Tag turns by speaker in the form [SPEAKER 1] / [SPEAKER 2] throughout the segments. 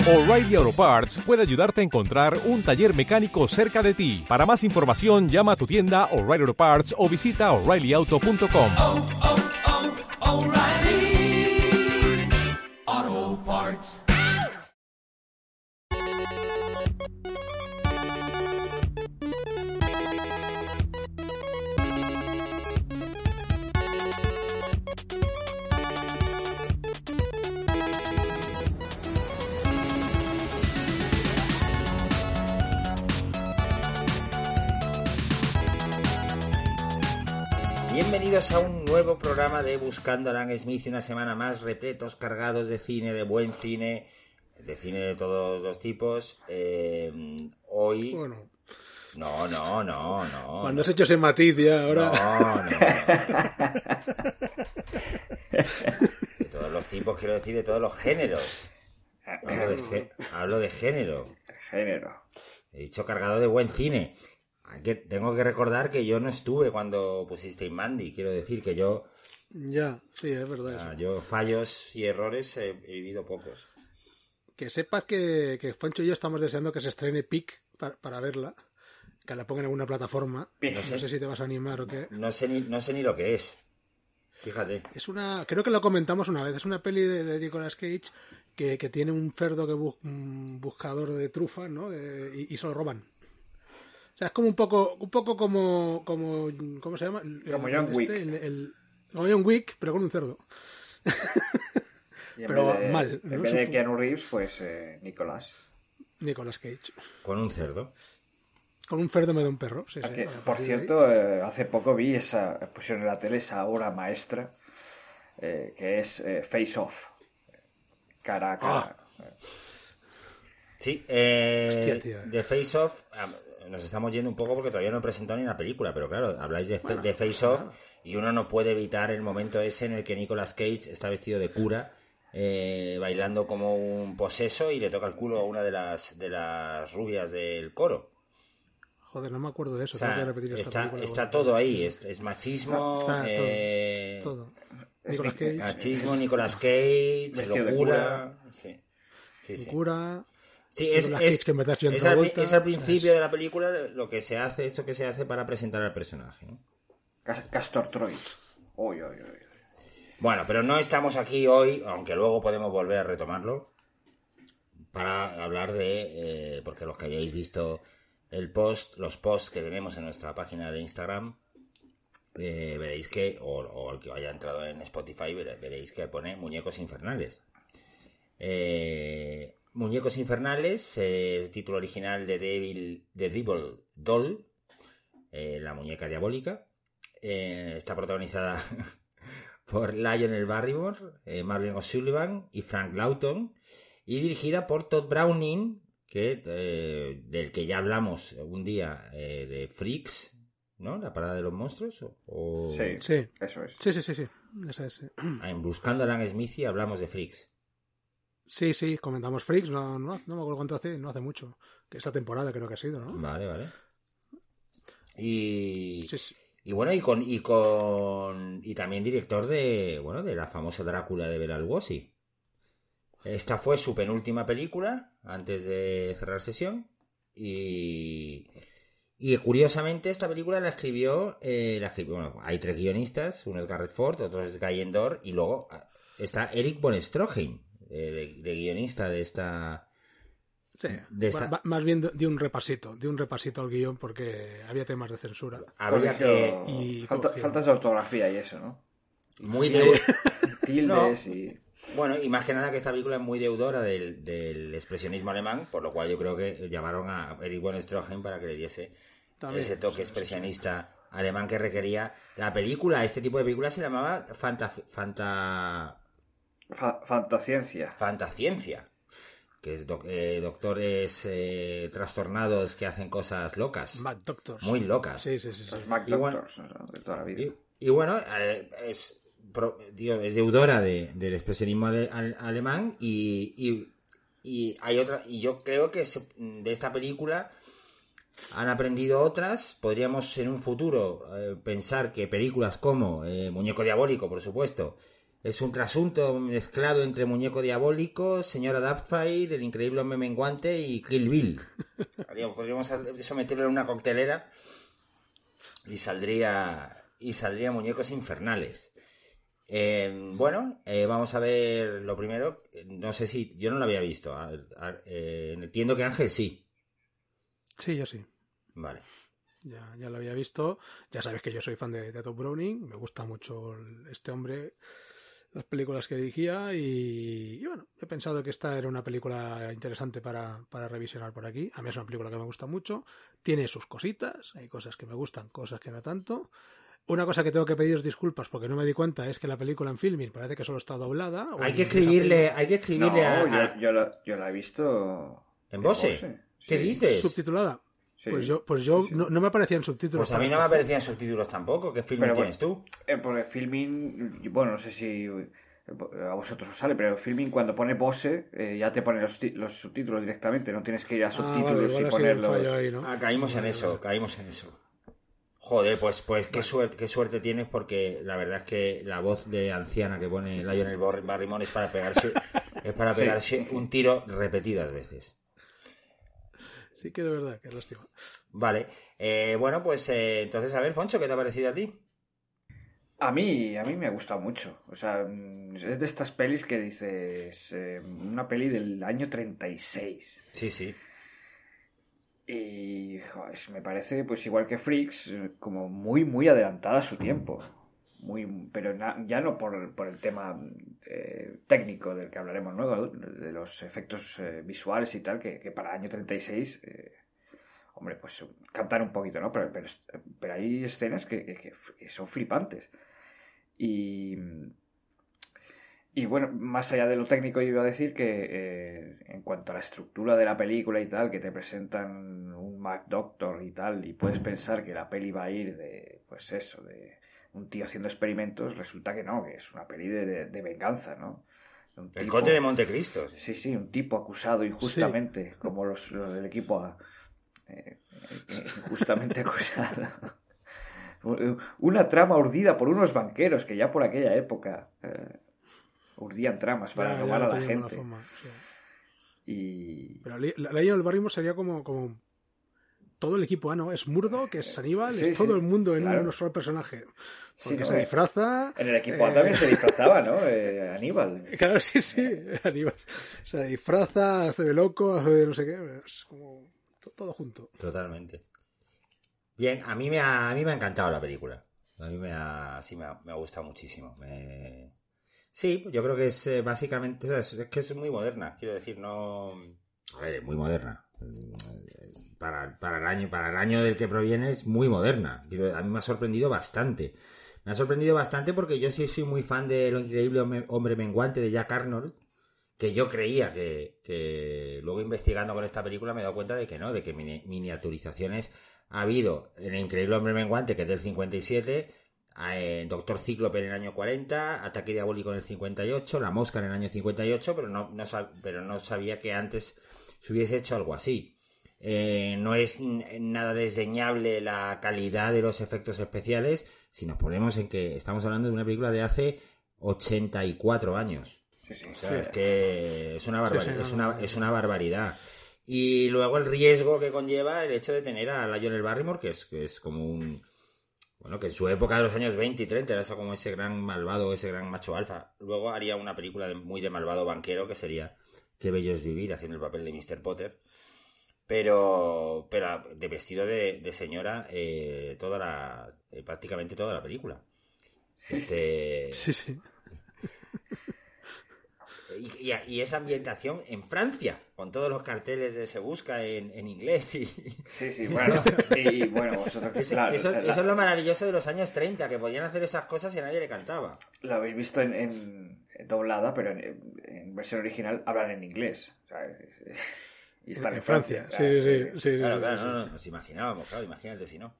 [SPEAKER 1] O'Reilly Auto Parts puede ayudarte a encontrar un taller mecánico cerca de ti. Para más información, llama a tu tienda O'Reilly Auto Parts o visita O'ReillyAuto.com.
[SPEAKER 2] O'Reilly Auto Parts.
[SPEAKER 3] Bienvenidos a un nuevo programa de Buscando a Alan Smith, y una semana más repletos, cargados de cine, de buen cine, de cine de todos los tipos. Hoy...
[SPEAKER 4] Bueno.
[SPEAKER 3] No.
[SPEAKER 4] Cuando has hecho ese matiz ya, ahora...
[SPEAKER 3] No. De todos los tipos, quiero decir, de todos los géneros. Hablo de género.
[SPEAKER 5] Género.
[SPEAKER 3] He dicho cargado de buen cine. Tengo que recordar que yo no estuve cuando pusisteis Mandy. Quiero decir que yo...
[SPEAKER 4] Ya, sí, es verdad.
[SPEAKER 3] Yo fallos y errores he vivido pocos.
[SPEAKER 4] Que sepas que Pancho y yo estamos deseando que se estrene Pic para verla. Que la pongan en alguna plataforma. No sé si te vas a animar o qué.
[SPEAKER 3] No sé ni lo que es. Fíjate.
[SPEAKER 4] Es creo que lo comentamos una vez. Es una peli de Nicolas Cage que tiene un cerdo un buscador de trufas, ¿no? Y se lo roban. O sea, es como un poco como ¿cómo se llama?
[SPEAKER 5] Como John Wick.
[SPEAKER 4] Como John Wick, pero con un cerdo. Pero mal.
[SPEAKER 5] En vez de Keanu Reeves, pues Nicolas
[SPEAKER 4] Cage.
[SPEAKER 3] Con un cerdo.
[SPEAKER 4] Con un cerdo en vez de un perro. Sí,
[SPEAKER 5] por cierto, hace poco vi pusieron en la tele esa obra maestra que es Face Off. Cara a cara.
[SPEAKER 3] Sí,
[SPEAKER 4] Hostia, tío.
[SPEAKER 3] de Face Off... Nos estamos yendo un poco porque todavía no he presentado ni una película, pero claro, habláis de Face Off y uno no puede evitar el momento ese en el que Nicolas Cage está vestido de cura, bailando como un poseso, y le toca el culo a una de las rubias del coro.
[SPEAKER 4] Joder, no me acuerdo de eso.
[SPEAKER 3] O sea,
[SPEAKER 4] tengo que repetir esta película.
[SPEAKER 3] Está todo ahí, es machismo,
[SPEAKER 4] todo. Nicolas Cage.
[SPEAKER 3] Machismo, Nicolas Cage, locura. Sí.
[SPEAKER 4] Cura.
[SPEAKER 3] Sí, es al principio de la película lo que se hace, esto que se hace para presentar al personaje, ¿no?
[SPEAKER 5] Castor Troy. Oy.
[SPEAKER 3] Bueno, pero no estamos aquí hoy, aunque luego podemos volver a retomarlo, para hablar de... porque los que hayáis visto los posts que tenemos en nuestra página de Instagram, veréis que, o el que haya entrado en Spotify, veréis que pone Muñecos Infernales. Muñecos Infernales, título original de Devil Doll, la muñeca diabólica. Está protagonizada por Lionel Barrymore, Marlon O'Sullivan y Frank Lawton, y dirigida por Todd Browning, del que ya hablamos un día, de Freaks, ¿no? La parada de los monstruos.
[SPEAKER 4] Sí,
[SPEAKER 5] eso es.
[SPEAKER 4] Sí. Esa es.
[SPEAKER 3] En Buscando a Alan Smith hablamos de Freaks.
[SPEAKER 4] Sí, comentamos Freaks, no me acuerdo cuánto hace, no hace mucho. Que esta temporada creo que ha sido, ¿no?
[SPEAKER 3] Vale. Y...
[SPEAKER 4] Sí.
[SPEAKER 3] Y bueno, y también director de la famosa Drácula de Bela Lugosi. Esta fue su penúltima película antes de cerrar sesión, y curiosamente esta película la escribió, bueno, hay 3 guionistas, uno es Garrett Ford, otro es Guy Endor, y luego está Eric von Stroheim, de guionista de esta...
[SPEAKER 4] Sí, más bien de un repasito al guión, porque había temas de censura.
[SPEAKER 3] Habría que...
[SPEAKER 5] Faltas de ortografía y eso, ¿no?
[SPEAKER 3] Muy de...
[SPEAKER 5] Tildes y...
[SPEAKER 3] Bueno, y más que nada que esta película es muy deudora del expresionismo alemán, por lo cual yo creo que llamaron a Erich von Stroheim para que le diese ese toque expresionista alemán que requería la película. Este tipo de película se llamaba Fantaciencia, que es doctores trastornados que hacen cosas locas.
[SPEAKER 4] Mad Doctors.
[SPEAKER 3] Muy locas.
[SPEAKER 4] Sí.
[SPEAKER 5] Los Mad Doctors, de toda la vida.
[SPEAKER 3] Y bueno, es deudora del expresionismo alemán, y hay otra, y yo creo que de esta película han aprendido otras. Podríamos en un futuro pensar que películas como Muñeco Diabólico, por supuesto, Es un trasunto mezclado entre Muñeco Diabólico, Señora Doubtfire, El Increíble Hombre Menguante y Kill Bill. Podríamos someterlo en una coctelera y saldría Muñecos Infernales. Vamos a ver lo primero. No sé si... Yo no lo había visto. Entiendo que Ángel sí.
[SPEAKER 4] Sí, yo sí.
[SPEAKER 3] Vale.
[SPEAKER 4] Ya lo había visto. Ya sabes que yo soy fan de Todd Browning. Me gusta mucho este hombre, las películas que dirigía. Y bueno, he pensado que esta era una película interesante para revisionar por aquí. A mí es una película que me gusta mucho. Tiene sus cositas. Hay cosas que me gustan, cosas que no tanto. Una cosa que tengo que pediros disculpas porque no me di cuenta es que la película en Filmin parece que solo está doblada.
[SPEAKER 3] Hay que escribirle
[SPEAKER 5] no, yo la he visto
[SPEAKER 3] en Vose. ¿Qué
[SPEAKER 5] Sí.
[SPEAKER 3] dices?
[SPEAKER 4] Subtitulada.
[SPEAKER 5] Sí.
[SPEAKER 4] Pues yo
[SPEAKER 5] Sí.
[SPEAKER 4] no me aparecían subtítulos.
[SPEAKER 3] Pues a mí no me aparecían subtítulos tampoco. ¿Qué Filmin tienes tú?
[SPEAKER 5] Porque Filmin, bueno, no sé si a vosotros os sale, pero Filmin cuando pone Bose ya te pone los subtítulos directamente, no tienes que ir a subtítulos y ponerlos.
[SPEAKER 4] Ahí, ¿no?
[SPEAKER 3] Caímos en eso. Joder, pues qué suerte tienes, porque la verdad es que la voz de anciana que pone Lionel Barrymore es para pegarse un tiro repetidas veces.
[SPEAKER 4] Sí que de verdad, qué lástima.
[SPEAKER 3] Vale, entonces a ver, Foncho, ¿qué te ha parecido a ti?
[SPEAKER 5] A mí me ha gustado mucho. O sea, es de estas pelis que dices, una peli del año 36.
[SPEAKER 3] Sí.
[SPEAKER 5] Y joder, me parece, pues igual que Freaks, como muy, muy adelantada a su tiempo. Pero ya no por el tema técnico del que hablaremos luego, de los efectos visuales y tal, que para el año 36, hombre, pues cantan un poquito, ¿no? Pero hay escenas que son flipantes. Y bueno, más allá de lo técnico, yo iba a decir que en cuanto a la estructura de la película y tal, que te presentan un Mad Doctor y tal, y puedes pensar que la peli va a ir de un tío haciendo experimentos, resulta que no, que es una peli de venganza, ¿no?
[SPEAKER 3] El Conde de Montecristo.
[SPEAKER 5] Sí, un tipo acusado injustamente, como los del equipo A. Injustamente acusado. Una trama urdida por unos banqueros que ya por aquella época urdían tramas para robar a la gente.
[SPEAKER 4] Fama,
[SPEAKER 5] sí.
[SPEAKER 4] Pero la ley del Barrymore sería como todo el equipo A, ¿no? Es Murdo, que es Aníbal,
[SPEAKER 5] Sí,
[SPEAKER 4] es todo el mundo en
[SPEAKER 5] claro.
[SPEAKER 4] un solo personaje. Porque
[SPEAKER 5] Sí, ¿no?
[SPEAKER 4] se disfraza.
[SPEAKER 5] En el equipo A también se disfrazaba, ¿no? Aníbal.
[SPEAKER 4] Claro, sí, Aníbal. Se disfraza, hace de loco, hace de no sé qué. Es como todo junto.
[SPEAKER 3] Totalmente. Bien, a mí me ha encantado la película. A mí me ha gustado muchísimo. Sí, yo creo que es básicamente... O sea, es que es muy moderna, quiero decir, no... A ver, es muy moderna. Para el año del que proviene es muy moderna. A mí me ha sorprendido bastante. Me ha sorprendido bastante porque yo sí soy muy fan de Lo Increíble Hombre Menguante de Jack Arnold, que yo creía que luego investigando con esta película me he dado cuenta de que no, de que miniaturizaciones ha habido en El Increíble Hombre Menguante, que es del 57, Doctor Cíclope en el año 40, Ataque Diabólico en el 58, La Mosca en el año 58, pero no sabía que antes se hubiese hecho algo así. No es nada desdeñable la calidad de los efectos especiales si nos ponemos en que estamos hablando de una película de hace 84 años.
[SPEAKER 5] Sí.
[SPEAKER 3] O sea, es que es una barbaridad,
[SPEAKER 4] Sí,
[SPEAKER 3] es una barbaridad. Y luego el riesgo que conlleva el hecho de tener a Lionel Barrymore, que es como un... Bueno, que en su época de los años 20 y 30 era eso, como ese gran malvado, ese gran macho alfa. Luego haría una película muy de malvado banquero que sería Qué bello es vivir, haciendo el papel de Mr. Potter. Pero de vestido de señora prácticamente toda la película.
[SPEAKER 4] Sí.
[SPEAKER 3] Y esa ambientación en Francia, con todos los carteles de Se Busca en inglés.
[SPEAKER 5] Sí, bueno. Y bueno, vosotros...
[SPEAKER 3] Eso es lo maravilloso de los años 30, que podían hacer esas cosas y a nadie le cantaba.
[SPEAKER 5] La habéis visto en doblada, pero en versión original hablan en inglés. O sea, y están en Francia.
[SPEAKER 4] Sí.
[SPEAKER 3] Claro, no, nos imaginábamos, claro, imagínate si no.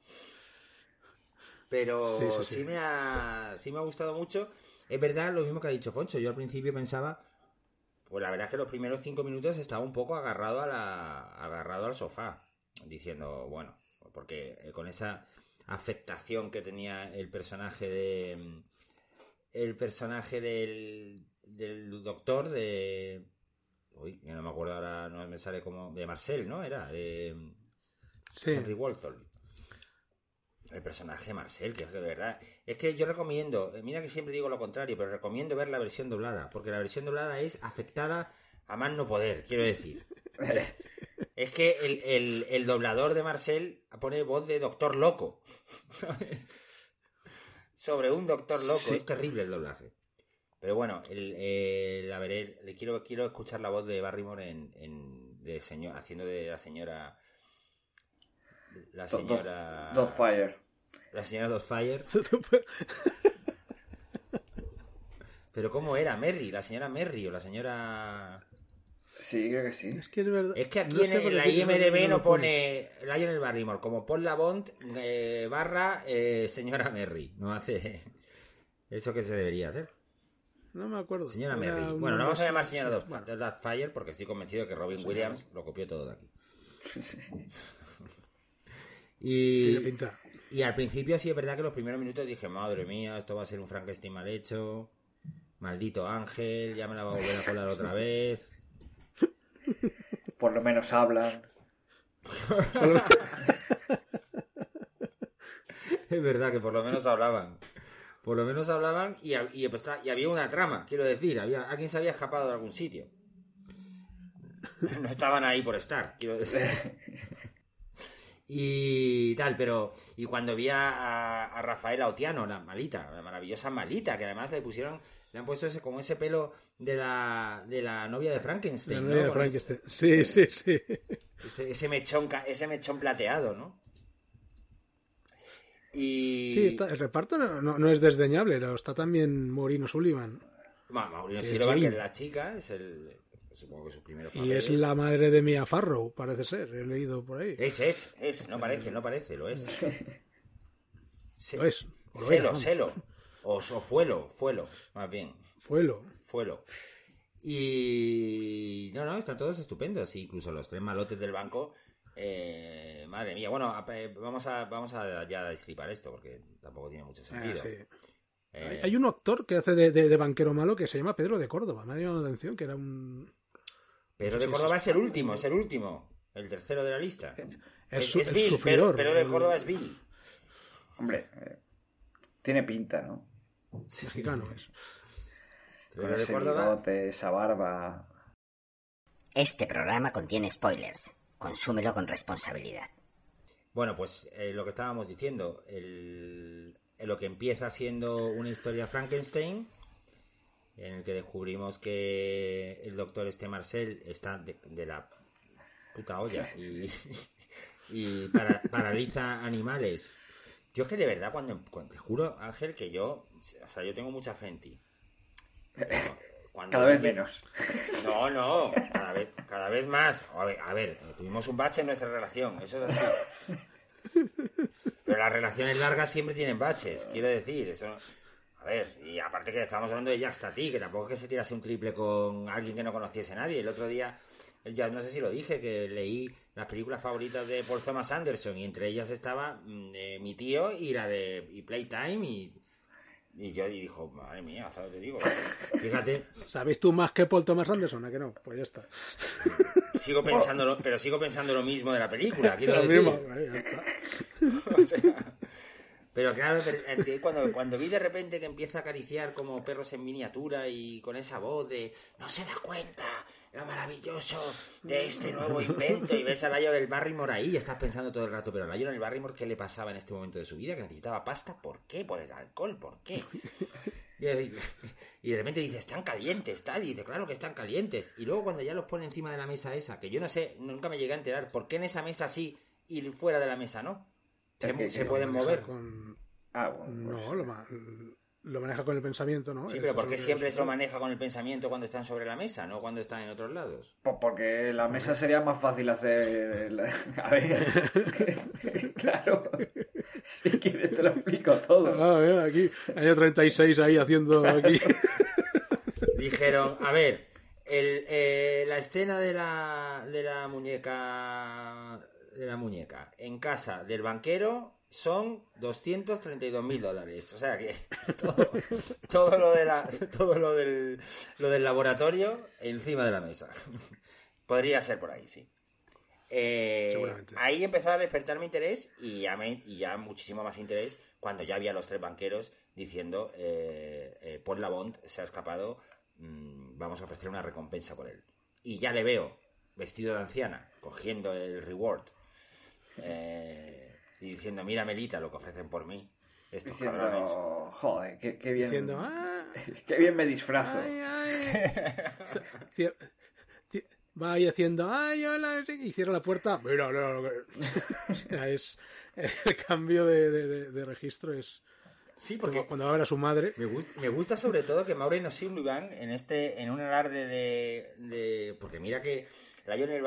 [SPEAKER 3] Pero sí me ha gustado mucho. Es verdad, lo mismo que ha dicho Foncho. Yo al principio pensaba, pues la verdad es que los primeros 5 minutos estaba un poco agarrado al sofá, diciendo, bueno, porque con esa afectación que tenía el personaje el personaje del doctor de... Uy, que no me acuerdo ahora, no me sale como... De Marcel, ¿no? Era
[SPEAKER 4] Sí.
[SPEAKER 3] Henry Walthall. El personaje Marcel, que de verdad... Es que yo recomiendo, mira que siempre digo lo contrario, pero recomiendo ver la versión doblada, porque la versión doblada es afectada a más no poder, quiero decir. Es que el doblador de Marcel pone voz de doctor loco, ¿sabes? Sobre un doctor loco,
[SPEAKER 4] Sí.
[SPEAKER 3] es terrible el doblaje. Pero bueno, la veré, quiero escuchar la voz de Barrymore haciendo de la señora... La señora...
[SPEAKER 5] Doubtfire.
[SPEAKER 3] La señora Doubtfire. Pero ¿cómo era? Merry, la señora Merry o la señora...
[SPEAKER 5] Sí, creo que sí.
[SPEAKER 4] Es que es verdad.
[SPEAKER 3] Es que aquí
[SPEAKER 4] No sé por
[SPEAKER 3] en la
[SPEAKER 4] qué
[SPEAKER 3] IMDb no
[SPEAKER 4] lo
[SPEAKER 3] pone Lionel Barrymore, como Paul Labont barra señora Merry. No hace eso que se debería hacer.
[SPEAKER 4] No me acuerdo.
[SPEAKER 3] Señora
[SPEAKER 4] Era
[SPEAKER 3] Merry.
[SPEAKER 4] un
[SPEAKER 3] Bueno, la vamos a
[SPEAKER 4] nombre
[SPEAKER 3] llamar
[SPEAKER 4] así,
[SPEAKER 3] señora
[SPEAKER 4] sí. Bueno,
[SPEAKER 3] Doubtfire porque estoy convencido de que Robin Williams lo copió todo de aquí.
[SPEAKER 4] tiene
[SPEAKER 3] Y,
[SPEAKER 4] pinta.
[SPEAKER 3] y al principio sí es verdad que los primeros minutos dije, madre mía, esto va a ser un Frankenstein mal hecho. Maldito Ángel, ya me la va a volver a colar otra vez.
[SPEAKER 5] Por lo menos hablan.
[SPEAKER 3] Es verdad que por lo menos hablaban. Por lo menos hablaban y había una trama, quiero decir. Alguien se había escapado de algún sitio. No estaban ahí por estar, quiero decir. Y tal, pero... Y cuando vi a Rafaela Otiano, la malita, la maravillosa malita, que además le han puesto como ese pelo de la novia de Frankenstein,
[SPEAKER 4] La
[SPEAKER 3] ¿no?
[SPEAKER 4] novia de
[SPEAKER 3] Con
[SPEAKER 4] Frankenstein. Sí, sí, sí.
[SPEAKER 3] ese mechón plateado, ¿no? Y...
[SPEAKER 4] Sí, el reparto no es desdeñable. Está también Maureen Sullivan.
[SPEAKER 3] Maureen
[SPEAKER 4] que es
[SPEAKER 3] Sullivan, que
[SPEAKER 4] Jane.
[SPEAKER 3] es la chica, supongo que sus primeros
[SPEAKER 4] Y
[SPEAKER 3] papeles.
[SPEAKER 4] es la madre de Mia Farrow, parece ser. He leído por ahí.
[SPEAKER 3] No parece, lo es.
[SPEAKER 4] Lo es. O lo era, vamos.
[SPEAKER 3] Selo. O fuelo, más bien.
[SPEAKER 4] Fuelo.
[SPEAKER 3] Y... No, están todos estupendos. Incluso los tres malotes del banco. Madre mía. Bueno, vamos a ya destripar esto, porque tampoco tiene mucho sentido.
[SPEAKER 4] Sí.
[SPEAKER 3] Eh,
[SPEAKER 4] Hay un actor que hace de banquero malo que se llama Pedro de Córdoba. Me ha llamado la atención que era un...
[SPEAKER 3] Pedro de
[SPEAKER 4] sí,
[SPEAKER 3] Córdoba
[SPEAKER 4] sí,
[SPEAKER 3] es el último. El tercero de la lista.
[SPEAKER 4] Es
[SPEAKER 3] Bill.
[SPEAKER 4] sufridor.
[SPEAKER 3] Pedro de Córdoba es Bill.
[SPEAKER 5] Hombre, tiene pinta, ¿no?
[SPEAKER 4] Mexicano es.
[SPEAKER 5] Con
[SPEAKER 3] Pedro de
[SPEAKER 5] ese
[SPEAKER 3] Córdoba.
[SPEAKER 5] bigote, esa barba.
[SPEAKER 6] Este programa contiene spoilers. Consúmelo con responsabilidad.
[SPEAKER 3] Bueno, pues lo que estábamos diciendo, lo que empieza siendo una historia Frankenstein, en el que descubrimos que el doctor Marcel está de la puta olla y paraliza animales. Yo es que de verdad, cuando te juro, Ángel, que yo tengo mucha fe en ti.
[SPEAKER 5] Cada vez menos.
[SPEAKER 3] No, cada vez más. A ver, tuvimos un bache en nuestra relación, eso es así. Pero las relaciones largas siempre tienen baches, quiero decir, eso... A ver, y aparte que estamos hablando de Jacques Tati, que tampoco es que se tirase un triple con alguien que no conociese a nadie. El otro día, ya no sé si lo dije, que leí las películas favoritas de Paul Thomas Anderson y entre ellas estaba Mi tío y la de Playtime y yo dijo, madre mía, ¿sabes? Te digo, fíjate.
[SPEAKER 4] ¿Sabéis tú más que Paul Thomas Anderson? ¿A que no? Pues ya está.
[SPEAKER 3] Sigo pensando lo mismo de la película, quiero
[SPEAKER 4] Lo
[SPEAKER 3] decir.
[SPEAKER 4] mismo, ya está.
[SPEAKER 3] O sea, pero claro, cuando vi de repente que empieza a acariciar como perros en miniatura y con esa voz de no se da cuenta lo maravilloso de este nuevo invento y ves a Lionel Barrymore ahí y estás pensando todo el rato, pero a Lionel Barrymore ¿qué le pasaba en este momento de su vida? Que necesitaba pasta, ¿por qué? ¿Por el alcohol? ¿Por qué? Y de repente dice, están calientes, tal, y dice, claro que están calientes. Y luego cuando ya los pone encima de la mesa esa, que yo no sé, nunca me llegué a enterar por qué en esa mesa sí y fuera de la mesa no. Se pueden mover.
[SPEAKER 5] Ah, bueno, pues...
[SPEAKER 4] No, lo maneja con el pensamiento, ¿no?
[SPEAKER 3] Sí, pero ¿por qué siempre se lo maneja con el pensamiento cuando están sobre la mesa, no cuando están en otros lados?
[SPEAKER 5] Pues porque la mesa sería más fácil hacer... A ver... Claro. Si quieres te lo explico todo.
[SPEAKER 4] Ah, mira, aquí, año 36 ahí haciendo aquí.
[SPEAKER 3] Dijeron, a ver, la escena de la muñeca de la muñeca en casa del banquero son $232.000. O sea que todo lo del laboratorio encima de la mesa. Podría ser por ahí, sí. Ahí empezó a despertar mi interés y ya muchísimo más interés cuando ya había los 3 banqueros diciendo Paul Labont se ha escapado, vamos a ofrecer una recompensa por él. Y ya le veo vestido de anciana cogiendo el reward y diciendo, mira Melita lo que ofrecen por mí estos cabrones.
[SPEAKER 5] Joder, qué bien. Diciendo, qué bien me disfrazo.
[SPEAKER 4] Va ahí haciendo, ay, hola, y cierra la puerta. Mira, es el cambio de registro es.
[SPEAKER 3] Sí, porque
[SPEAKER 4] cuando va a ver a su madre.
[SPEAKER 3] Me gusta sobre todo que Maureen O'Sullivan en un alarde de porque mira que Lionel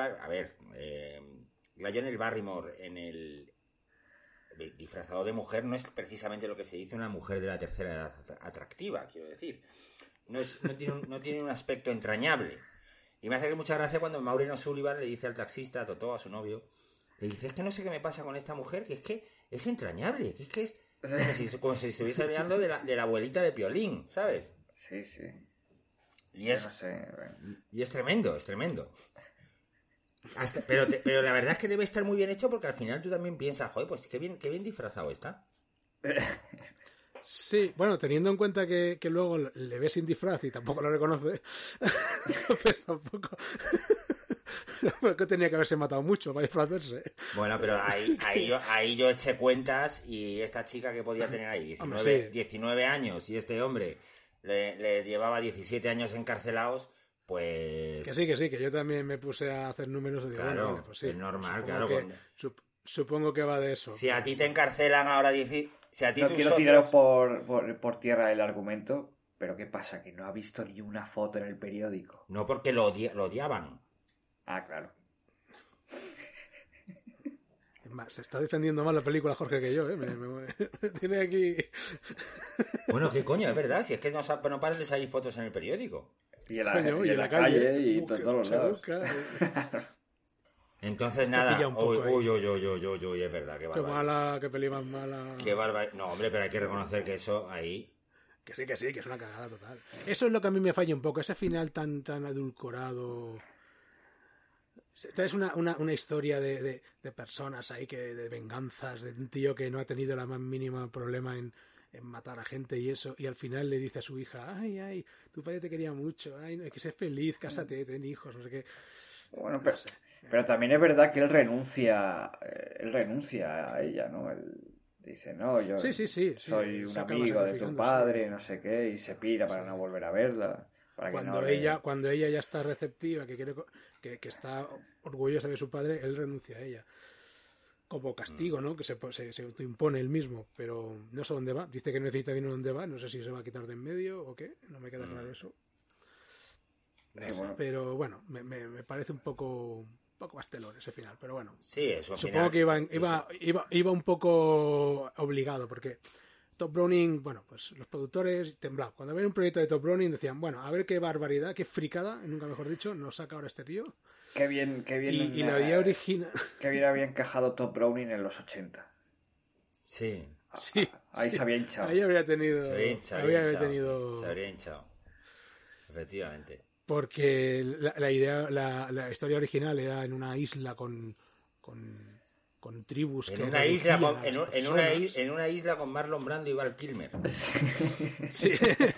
[SPEAKER 3] Barrymore en el disfrazado de mujer no es precisamente lo que se dice una mujer de la tercera edad atractiva, quiero decir. No tiene un aspecto entrañable. Y me hace mucha gracia cuando Maureen O'Sullivan le dice al taxista, a Totó, a su novio, le dice, es que no sé qué me pasa con esta mujer, que es que es entrañable, que es como si estuviese hablando de la abuelita de Piolín, ¿sabes?
[SPEAKER 5] Sí, sí.
[SPEAKER 3] Y es tremendo, es tremendo. Pero la verdad es que debe estar muy bien hecho porque al final tú también piensas, joder, pues qué bien disfrazado está.
[SPEAKER 4] Sí, bueno, teniendo en cuenta que luego le ves sin disfraz y tampoco lo reconoce, pues tampoco tenía que haberse matado mucho para disfrazarse.
[SPEAKER 3] Bueno, pero ahí yo eché cuentas y esta chica que podía tener ahí 19 años y este hombre le llevaba 17 años encarcelados, pues...
[SPEAKER 4] Que sí, que yo también me puse a hacer números y digo,
[SPEAKER 3] claro,
[SPEAKER 4] bueno, pues sí.
[SPEAKER 3] Es normal,
[SPEAKER 4] Supongo que va de eso.
[SPEAKER 3] Si a ti te encarcelan ahora... Si a ti
[SPEAKER 5] no quiero tiraros por tierra el argumento, pero ¿qué pasa? Que no ha visto ni una foto en el periódico.
[SPEAKER 3] No, porque lo odiaban.
[SPEAKER 5] Ah, claro.
[SPEAKER 4] Es más, se está defendiendo más la película Jorge que yo, ¿eh? Me tiene aquí...
[SPEAKER 3] Bueno, ¿qué coño? Es verdad, si es que no paran de salir fotos en el periódico.
[SPEAKER 5] Y en la calle y todos los lados.
[SPEAKER 3] Entonces nada, uy, es verdad, qué
[SPEAKER 4] bárbaro. Qué mala, qué peli más mala.
[SPEAKER 3] Qué bárbaro. No, hombre, pero hay que reconocer que eso ahí...
[SPEAKER 4] Que sí, que es una cagada total. Eso es lo que a mí me falla un poco, ese final tan adulcorado. Esta es una historia de personas ahí, de venganzas, de un tío que no ha tenido la más mínima problema en matar a gente y eso, y al final le dice a su hija, ay, tu padre te quería mucho, ay, no, hay que ser feliz, cásate, ten hijos, no sé qué.
[SPEAKER 5] Bueno, pero también es verdad que él renuncia a ella, ¿no? Él dice, no, yo soy un amigo de tu padre, no sé qué, y se pira para no volver a verla.
[SPEAKER 4] Cuando ella ya está receptiva, que está orgullosa de su padre, él renuncia a ella. Como castigo, ¿no? Que se autoimpone él mismo, pero no sé dónde va. Dice que necesita dinero dónde va, no sé si se va a quitar de en medio o qué, no me queda claro eso. Pero bueno, me parece un poco pastelón ese final, pero bueno.
[SPEAKER 3] Sí, eso
[SPEAKER 4] supongo
[SPEAKER 3] final,
[SPEAKER 4] que iba un poco obligado, porque Top Browning, bueno, pues los productores temblaban. Cuando ven un proyecto de Top Browning decían, bueno, a ver qué barbaridad, qué fricada, nunca mejor dicho, nos saca ahora este tío.
[SPEAKER 5] Qué bien.
[SPEAKER 4] Y la idea original.
[SPEAKER 5] Qué bien había encajado Top Browning en los 80.
[SPEAKER 3] Sí.
[SPEAKER 5] Ahí se había hinchado.
[SPEAKER 4] Ahí habría tenido.
[SPEAKER 3] Se habría hinchado. Efectivamente.
[SPEAKER 4] Porque la idea, la historia original era en una isla con tribus.
[SPEAKER 3] En una isla con Marlon Brando y Val Kilmer.
[SPEAKER 4] Sí.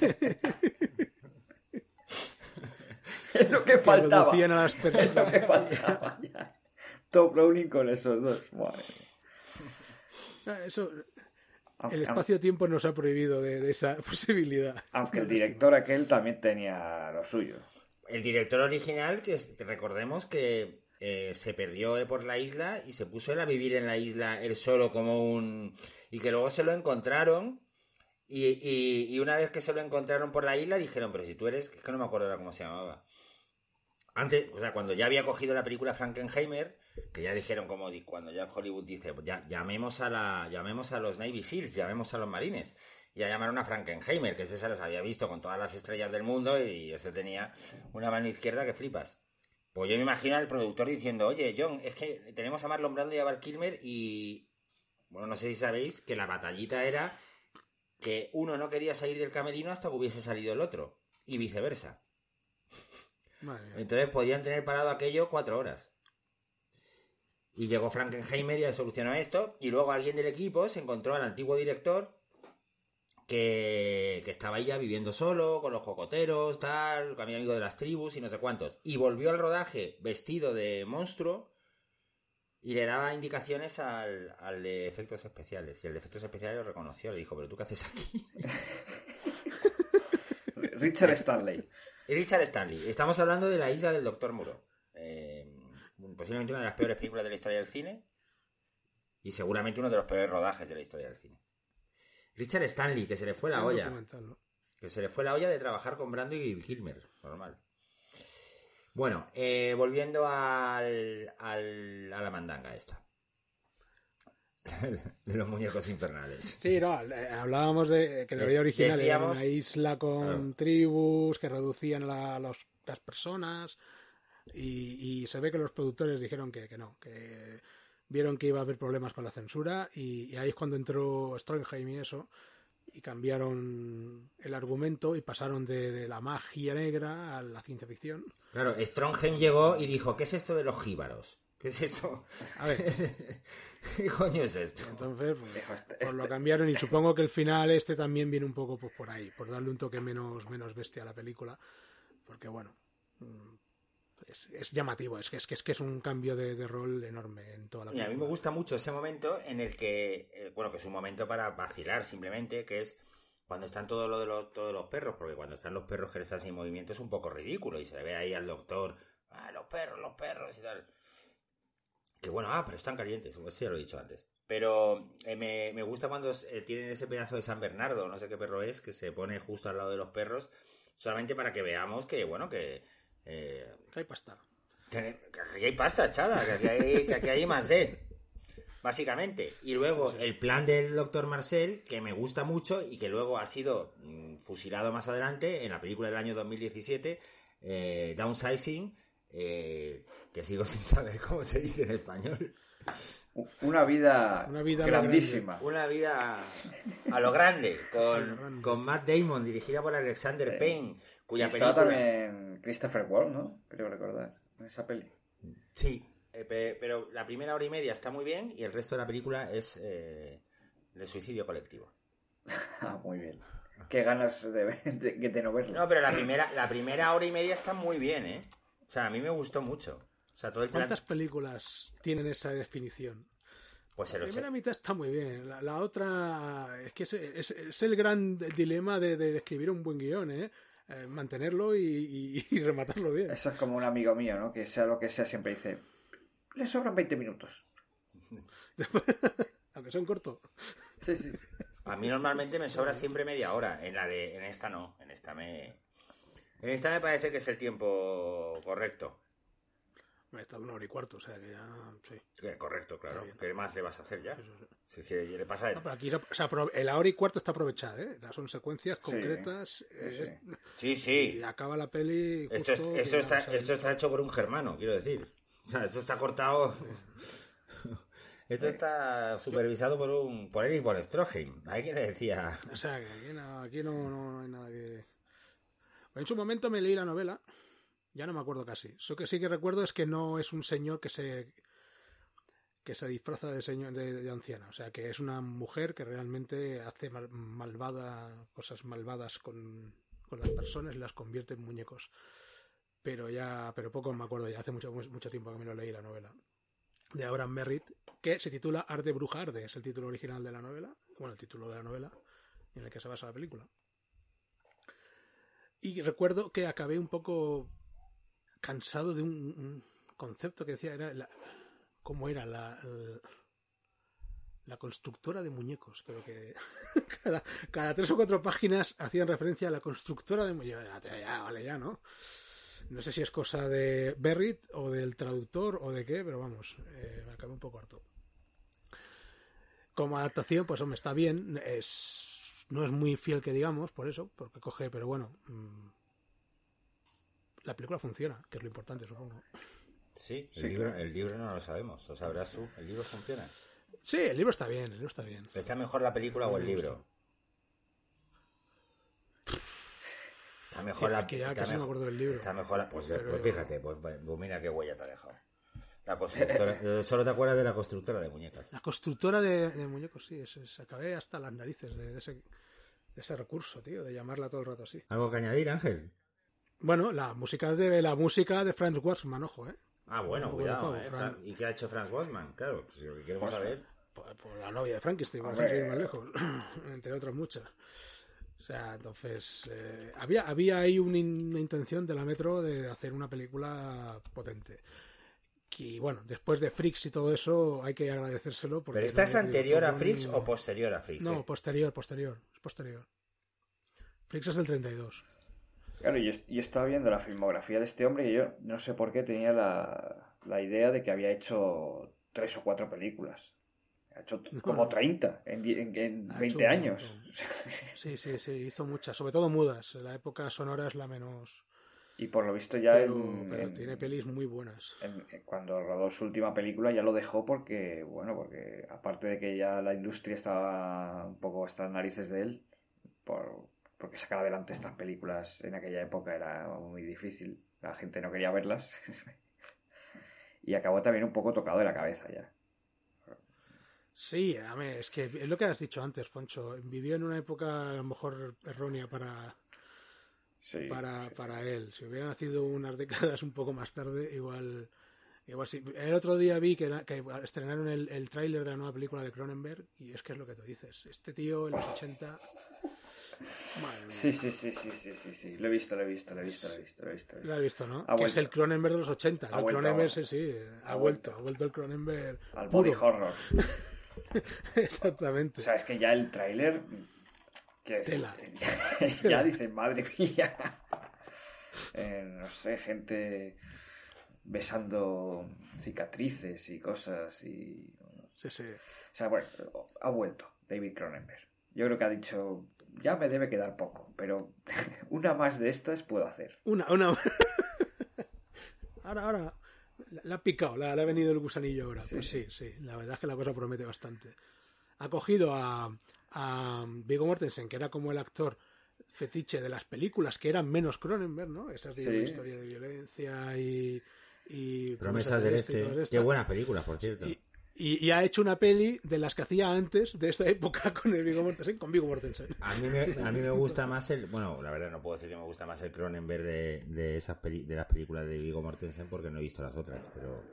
[SPEAKER 5] Es lo que faltaba.
[SPEAKER 4] A las personas.
[SPEAKER 5] Es lo que faltaba ya. Top Browning con esos dos. Madre.
[SPEAKER 4] Eso, el espacio-tiempo nos ha prohibido de esa posibilidad.
[SPEAKER 5] Aunque el director aquel también tenía lo suyo.
[SPEAKER 3] El director original, que recordemos que se perdió por la isla y se puso él a vivir en la isla él solo como un... Y que luego se lo encontraron y una vez que se lo encontraron por la isla dijeron, pero si tú eres... Es que no me acuerdo ahora cómo se llamaba. Antes, o sea, cuando ya había cogido la película Frankenheimer, que ya dijeron como cuando ya Hollywood dice, pues ya llamemos a los Navy Seals, llamemos a los marines. Y ya llamaron a Frankenheimer, que ese se los había visto con todas las estrellas del mundo y ese tenía una mano izquierda que flipas. Pues yo me imagino al productor diciendo, oye, John, es que tenemos a Marlon Brando y a Val Kilmer y... Bueno, no sé si sabéis que la batallita era que uno no quería salir del camerino hasta que hubiese salido el otro. Y viceversa.
[SPEAKER 4] Madre mía.
[SPEAKER 3] Entonces podían tener parado aquello 4 horas. Y llegó Frankenheimer y solucionó esto. Y luego alguien del equipo se encontró al antiguo director que estaba ahí ya viviendo solo, con los cocoteros, tal, con mi amigo de las tribus y no sé cuántos. Y volvió al rodaje vestido de monstruo y le daba indicaciones al de efectos especiales. Y el de efectos especiales lo reconoció. Le dijo, ¿pero tú qué haces aquí?
[SPEAKER 5] Richard Stanley.
[SPEAKER 3] Richard Stanley. Estamos hablando de La isla del Doctor Muro. Posiblemente una de las peores películas de la historia del cine. Y seguramente uno de los peores rodajes de la historia del cine. Richard Stanley, que se le fue la olla.
[SPEAKER 4] ¿No?
[SPEAKER 3] Que se le fue la olla de trabajar con Brando y Kilmer. Normal. Bueno, volviendo a la mandanga esta. De los muñecos infernales.
[SPEAKER 4] Sí, no, hablábamos de que la idea original era una isla con tribus que reducían las personas y se ve que los productores dijeron que no, que vieron que iba a haber problemas con la censura y ahí es cuando entró Strongheim y eso y cambiaron el argumento y pasaron de la magia negra a la ciencia ficción.
[SPEAKER 3] Claro, Strongheim llegó y dijo, ¿qué es esto de los jíbaros? ¿Qué es eso?
[SPEAKER 4] A ver.
[SPEAKER 3] ¿Qué coño es esto?
[SPEAKER 4] Entonces, pues lo cambiaron y supongo que el final también viene un poco pues, por ahí, por darle un toque menos bestia a la película, porque bueno, es llamativo, es que es un cambio de rol enorme en toda la película.
[SPEAKER 3] Y a mí me gusta mucho ese momento en el que, bueno, que es un momento para vacilar simplemente, que es cuando están todos los perros, porque cuando están los perros que están sin movimiento es un poco ridículo y se le ve ahí al doctor, los perros y tal. Que bueno, pero están calientes, eso ya lo he dicho antes. Pero me gusta cuando tienen ese pedazo de San Bernardo, no sé qué perro es, que se pone justo al lado de los perros, solamente para que veamos que, bueno, que
[SPEAKER 4] hay pasta.
[SPEAKER 3] Que aquí hay pasta, chala, que aquí hay más básicamente. Y luego el plan del Dr. Marcel, que me gusta mucho y que luego ha sido fusilado más adelante en la película del año 2017, Downsizing, que sigo sin saber cómo se dice en español.
[SPEAKER 5] Una vida grandísima.
[SPEAKER 3] Una vida a lo grande, con Matt Damon, dirigida por Alexander Payne, cuya película...
[SPEAKER 5] Estaba también Christopher Waltz, ¿no? Creo recordar, en esa peli.
[SPEAKER 3] Sí, pero la primera hora y media está muy bien y el resto de la película es de suicidio colectivo.
[SPEAKER 5] Muy bien. Qué ganas de no verlo.
[SPEAKER 3] No, pero la primera hora y media está muy bien, ¿eh? O sea, a mí me gustó mucho. O sea, todo el plan...
[SPEAKER 4] ¿Cuántas películas tienen esa definición?
[SPEAKER 3] Pues
[SPEAKER 4] la primera mitad está muy bien. La otra es que es el gran dilema de escribir un buen guión, ¿eh? Mantenerlo y rematarlo bien.
[SPEAKER 5] Eso es como un amigo mío, ¿no? Que sea lo que sea, siempre dice, le sobran 20 minutos.
[SPEAKER 4] Aunque sea un corto.
[SPEAKER 5] Sí, sí.
[SPEAKER 3] A mí normalmente me sobra siempre media hora. En esta no. En esta me parece que es el tiempo correcto.
[SPEAKER 4] Está 1 hora y cuarto, o sea que ya... Sí.
[SPEAKER 3] Correcto, claro. ¿Qué más le vas a hacer ya?
[SPEAKER 4] Sí.
[SPEAKER 3] Si que le pasa a él.
[SPEAKER 4] No, pero aquí la hora y cuarto está aprovechada, ¿eh? Son secuencias concretas.
[SPEAKER 3] Sí.
[SPEAKER 4] Y acaba la peli justo...
[SPEAKER 3] Esto está hecho por un germano, quiero decir. O sea, esto está cortado... Esto está supervisado por él y por Stroheim. ¿A quién le decía?
[SPEAKER 4] O sea, que aquí no hay nada que... En su momento me leí la novela... Ya no me acuerdo casi. Lo que sí que recuerdo es que no es un señor que se disfraza de anciana. O sea, que es una mujer que realmente hace cosas malvadas con las personas y las convierte en muñecos. Pero poco me acuerdo ya. Hace mucho tiempo que me lo leí la novela. De Abraham Merritt, que se titula Arde Bruja Arde. Es el título original de la novela. Bueno, el título de la novela en el que se basa la película. Y recuerdo que acabé un poco... cansado de un concepto que decía cómo era la constructora de muñecos. Creo que cada 3 o 4 páginas hacían referencia a la constructora de muñecos. Ya, ¿no? No sé si es cosa de Merritt o del traductor o de qué, pero vamos, me acabé un poco harto. Como adaptación, pues hombre, está bien. No es muy fiel que digamos, por eso, porque coge, pero bueno... la película funciona, que es lo importante, supongo.
[SPEAKER 3] Sí,
[SPEAKER 5] Sí,
[SPEAKER 3] el libro no lo sabemos, lo sabrás tú. ¿El libro funciona?
[SPEAKER 4] Sí, el libro está bien, el libro está bien.
[SPEAKER 3] ¿Está mejor la película o el libro? Está mejor
[SPEAKER 4] Sí,
[SPEAKER 3] la
[SPEAKER 4] que ya
[SPEAKER 3] está
[SPEAKER 4] casi no me
[SPEAKER 3] mejor-
[SPEAKER 4] acuerdo del libro.
[SPEAKER 3] Está mejor pues
[SPEAKER 4] Pero-
[SPEAKER 3] fíjate, pues mira qué huella te ha dejado. La constructora, solo te acuerdas de la constructora de muñecas.
[SPEAKER 4] La constructora de muñecos, sí, acabé hasta las narices de ese recurso, tío, de llamarla todo el rato así.
[SPEAKER 3] ¿Algo que añadir, Ángel?
[SPEAKER 4] Bueno, la música es de Franz Waxman, ojo,
[SPEAKER 3] Ah, bueno,
[SPEAKER 4] Un poco de
[SPEAKER 3] cuidado,
[SPEAKER 4] pavo, Fran.
[SPEAKER 3] ¿Y qué ha hecho Franz Wasman? Claro, si lo que queremos saber...
[SPEAKER 4] por la novia de Frankenstein, por
[SPEAKER 5] Hombre.
[SPEAKER 4] ejemplo, ir más lejos, entre otras muchas. O sea, entonces, había ahí una intención de la Metro de hacer una película potente. Y bueno, después de Freaks y todo eso, hay que agradecérselo. Porque
[SPEAKER 3] ¿Pero esta es
[SPEAKER 4] no había
[SPEAKER 3] anterior a
[SPEAKER 4] tenido
[SPEAKER 3] Freaks
[SPEAKER 4] ningún-
[SPEAKER 3] o posterior a Freaks?
[SPEAKER 4] No, posterior. Freaks es del 32.
[SPEAKER 5] Claro, y estaba viendo la filmografía de este hombre y yo no sé por qué tenía la idea de que había hecho 3 o 4 películas. Ha hecho como 30 en
[SPEAKER 4] Ha
[SPEAKER 5] 20
[SPEAKER 4] hecho un
[SPEAKER 5] años.
[SPEAKER 4] montón. Sí, hizo muchas, sobre todo mudas. La época sonora es la menos...
[SPEAKER 5] Y por lo visto ya
[SPEAKER 4] Pero tiene pelis muy buenas.
[SPEAKER 5] cuando rodó su última película ya lo dejó porque aparte de que ya la industria estaba un poco hasta las narices de él, porque sacar adelante estas películas en aquella época era muy difícil, la gente no quería verlas y acabó también un poco tocado de la cabeza ya.
[SPEAKER 4] Sí, es que es lo que has dicho antes, Foncho. Vivió en una época a lo mejor errónea para él. Si hubiera nacido unas décadas un poco más tarde, igual sí. El otro día vi que estrenaron el tráiler de la nueva película de Cronenberg y es que es lo que tú dices. Este tío en los 80... Madre mía.
[SPEAKER 5] Sí. Lo he visto.
[SPEAKER 4] Lo has visto, ¿no?
[SPEAKER 5] Ha
[SPEAKER 4] Que es
[SPEAKER 5] vuelto.
[SPEAKER 4] el Cronenberg de los 80.
[SPEAKER 5] Ha
[SPEAKER 4] El
[SPEAKER 5] vuelto.
[SPEAKER 4] Cronenberg, sí. Ha vuelto el Cronenberg
[SPEAKER 5] Al
[SPEAKER 4] puro.
[SPEAKER 5] body horror.
[SPEAKER 4] Exactamente.
[SPEAKER 5] O sea, es que ya el tráiler
[SPEAKER 4] Tela.
[SPEAKER 5] ya dicen, madre mía. No sé, gente besando cicatrices y cosas y...
[SPEAKER 4] Sí.
[SPEAKER 5] O sea, bueno, ha vuelto David Cronenberg. Yo creo que ha dicho, ya me debe quedar poco, pero una más de estas puedo hacer.
[SPEAKER 4] Una. Ahora, la ha picado, le ha venido el gusanillo ahora.
[SPEAKER 5] Sí.
[SPEAKER 4] Pues sí, la verdad es que la cosa promete bastante. Ha cogido a Viggo Mortensen, que era como el actor fetiche de las películas que eran menos Cronenberg, ¿no? Esas de
[SPEAKER 5] Sí.
[SPEAKER 4] una historia de violencia y
[SPEAKER 3] Promesas del
[SPEAKER 4] y
[SPEAKER 3] Este.
[SPEAKER 4] todas estas.
[SPEAKER 3] Qué buena película, por cierto.
[SPEAKER 4] Y ha hecho una peli de las que hacía antes de esta época con Viggo Mortensen.
[SPEAKER 3] A mí me gusta más bueno, la verdad no puedo decir que me gusta más el Cronenberg de las películas de Viggo Mortensen porque no he visto las otras, pero...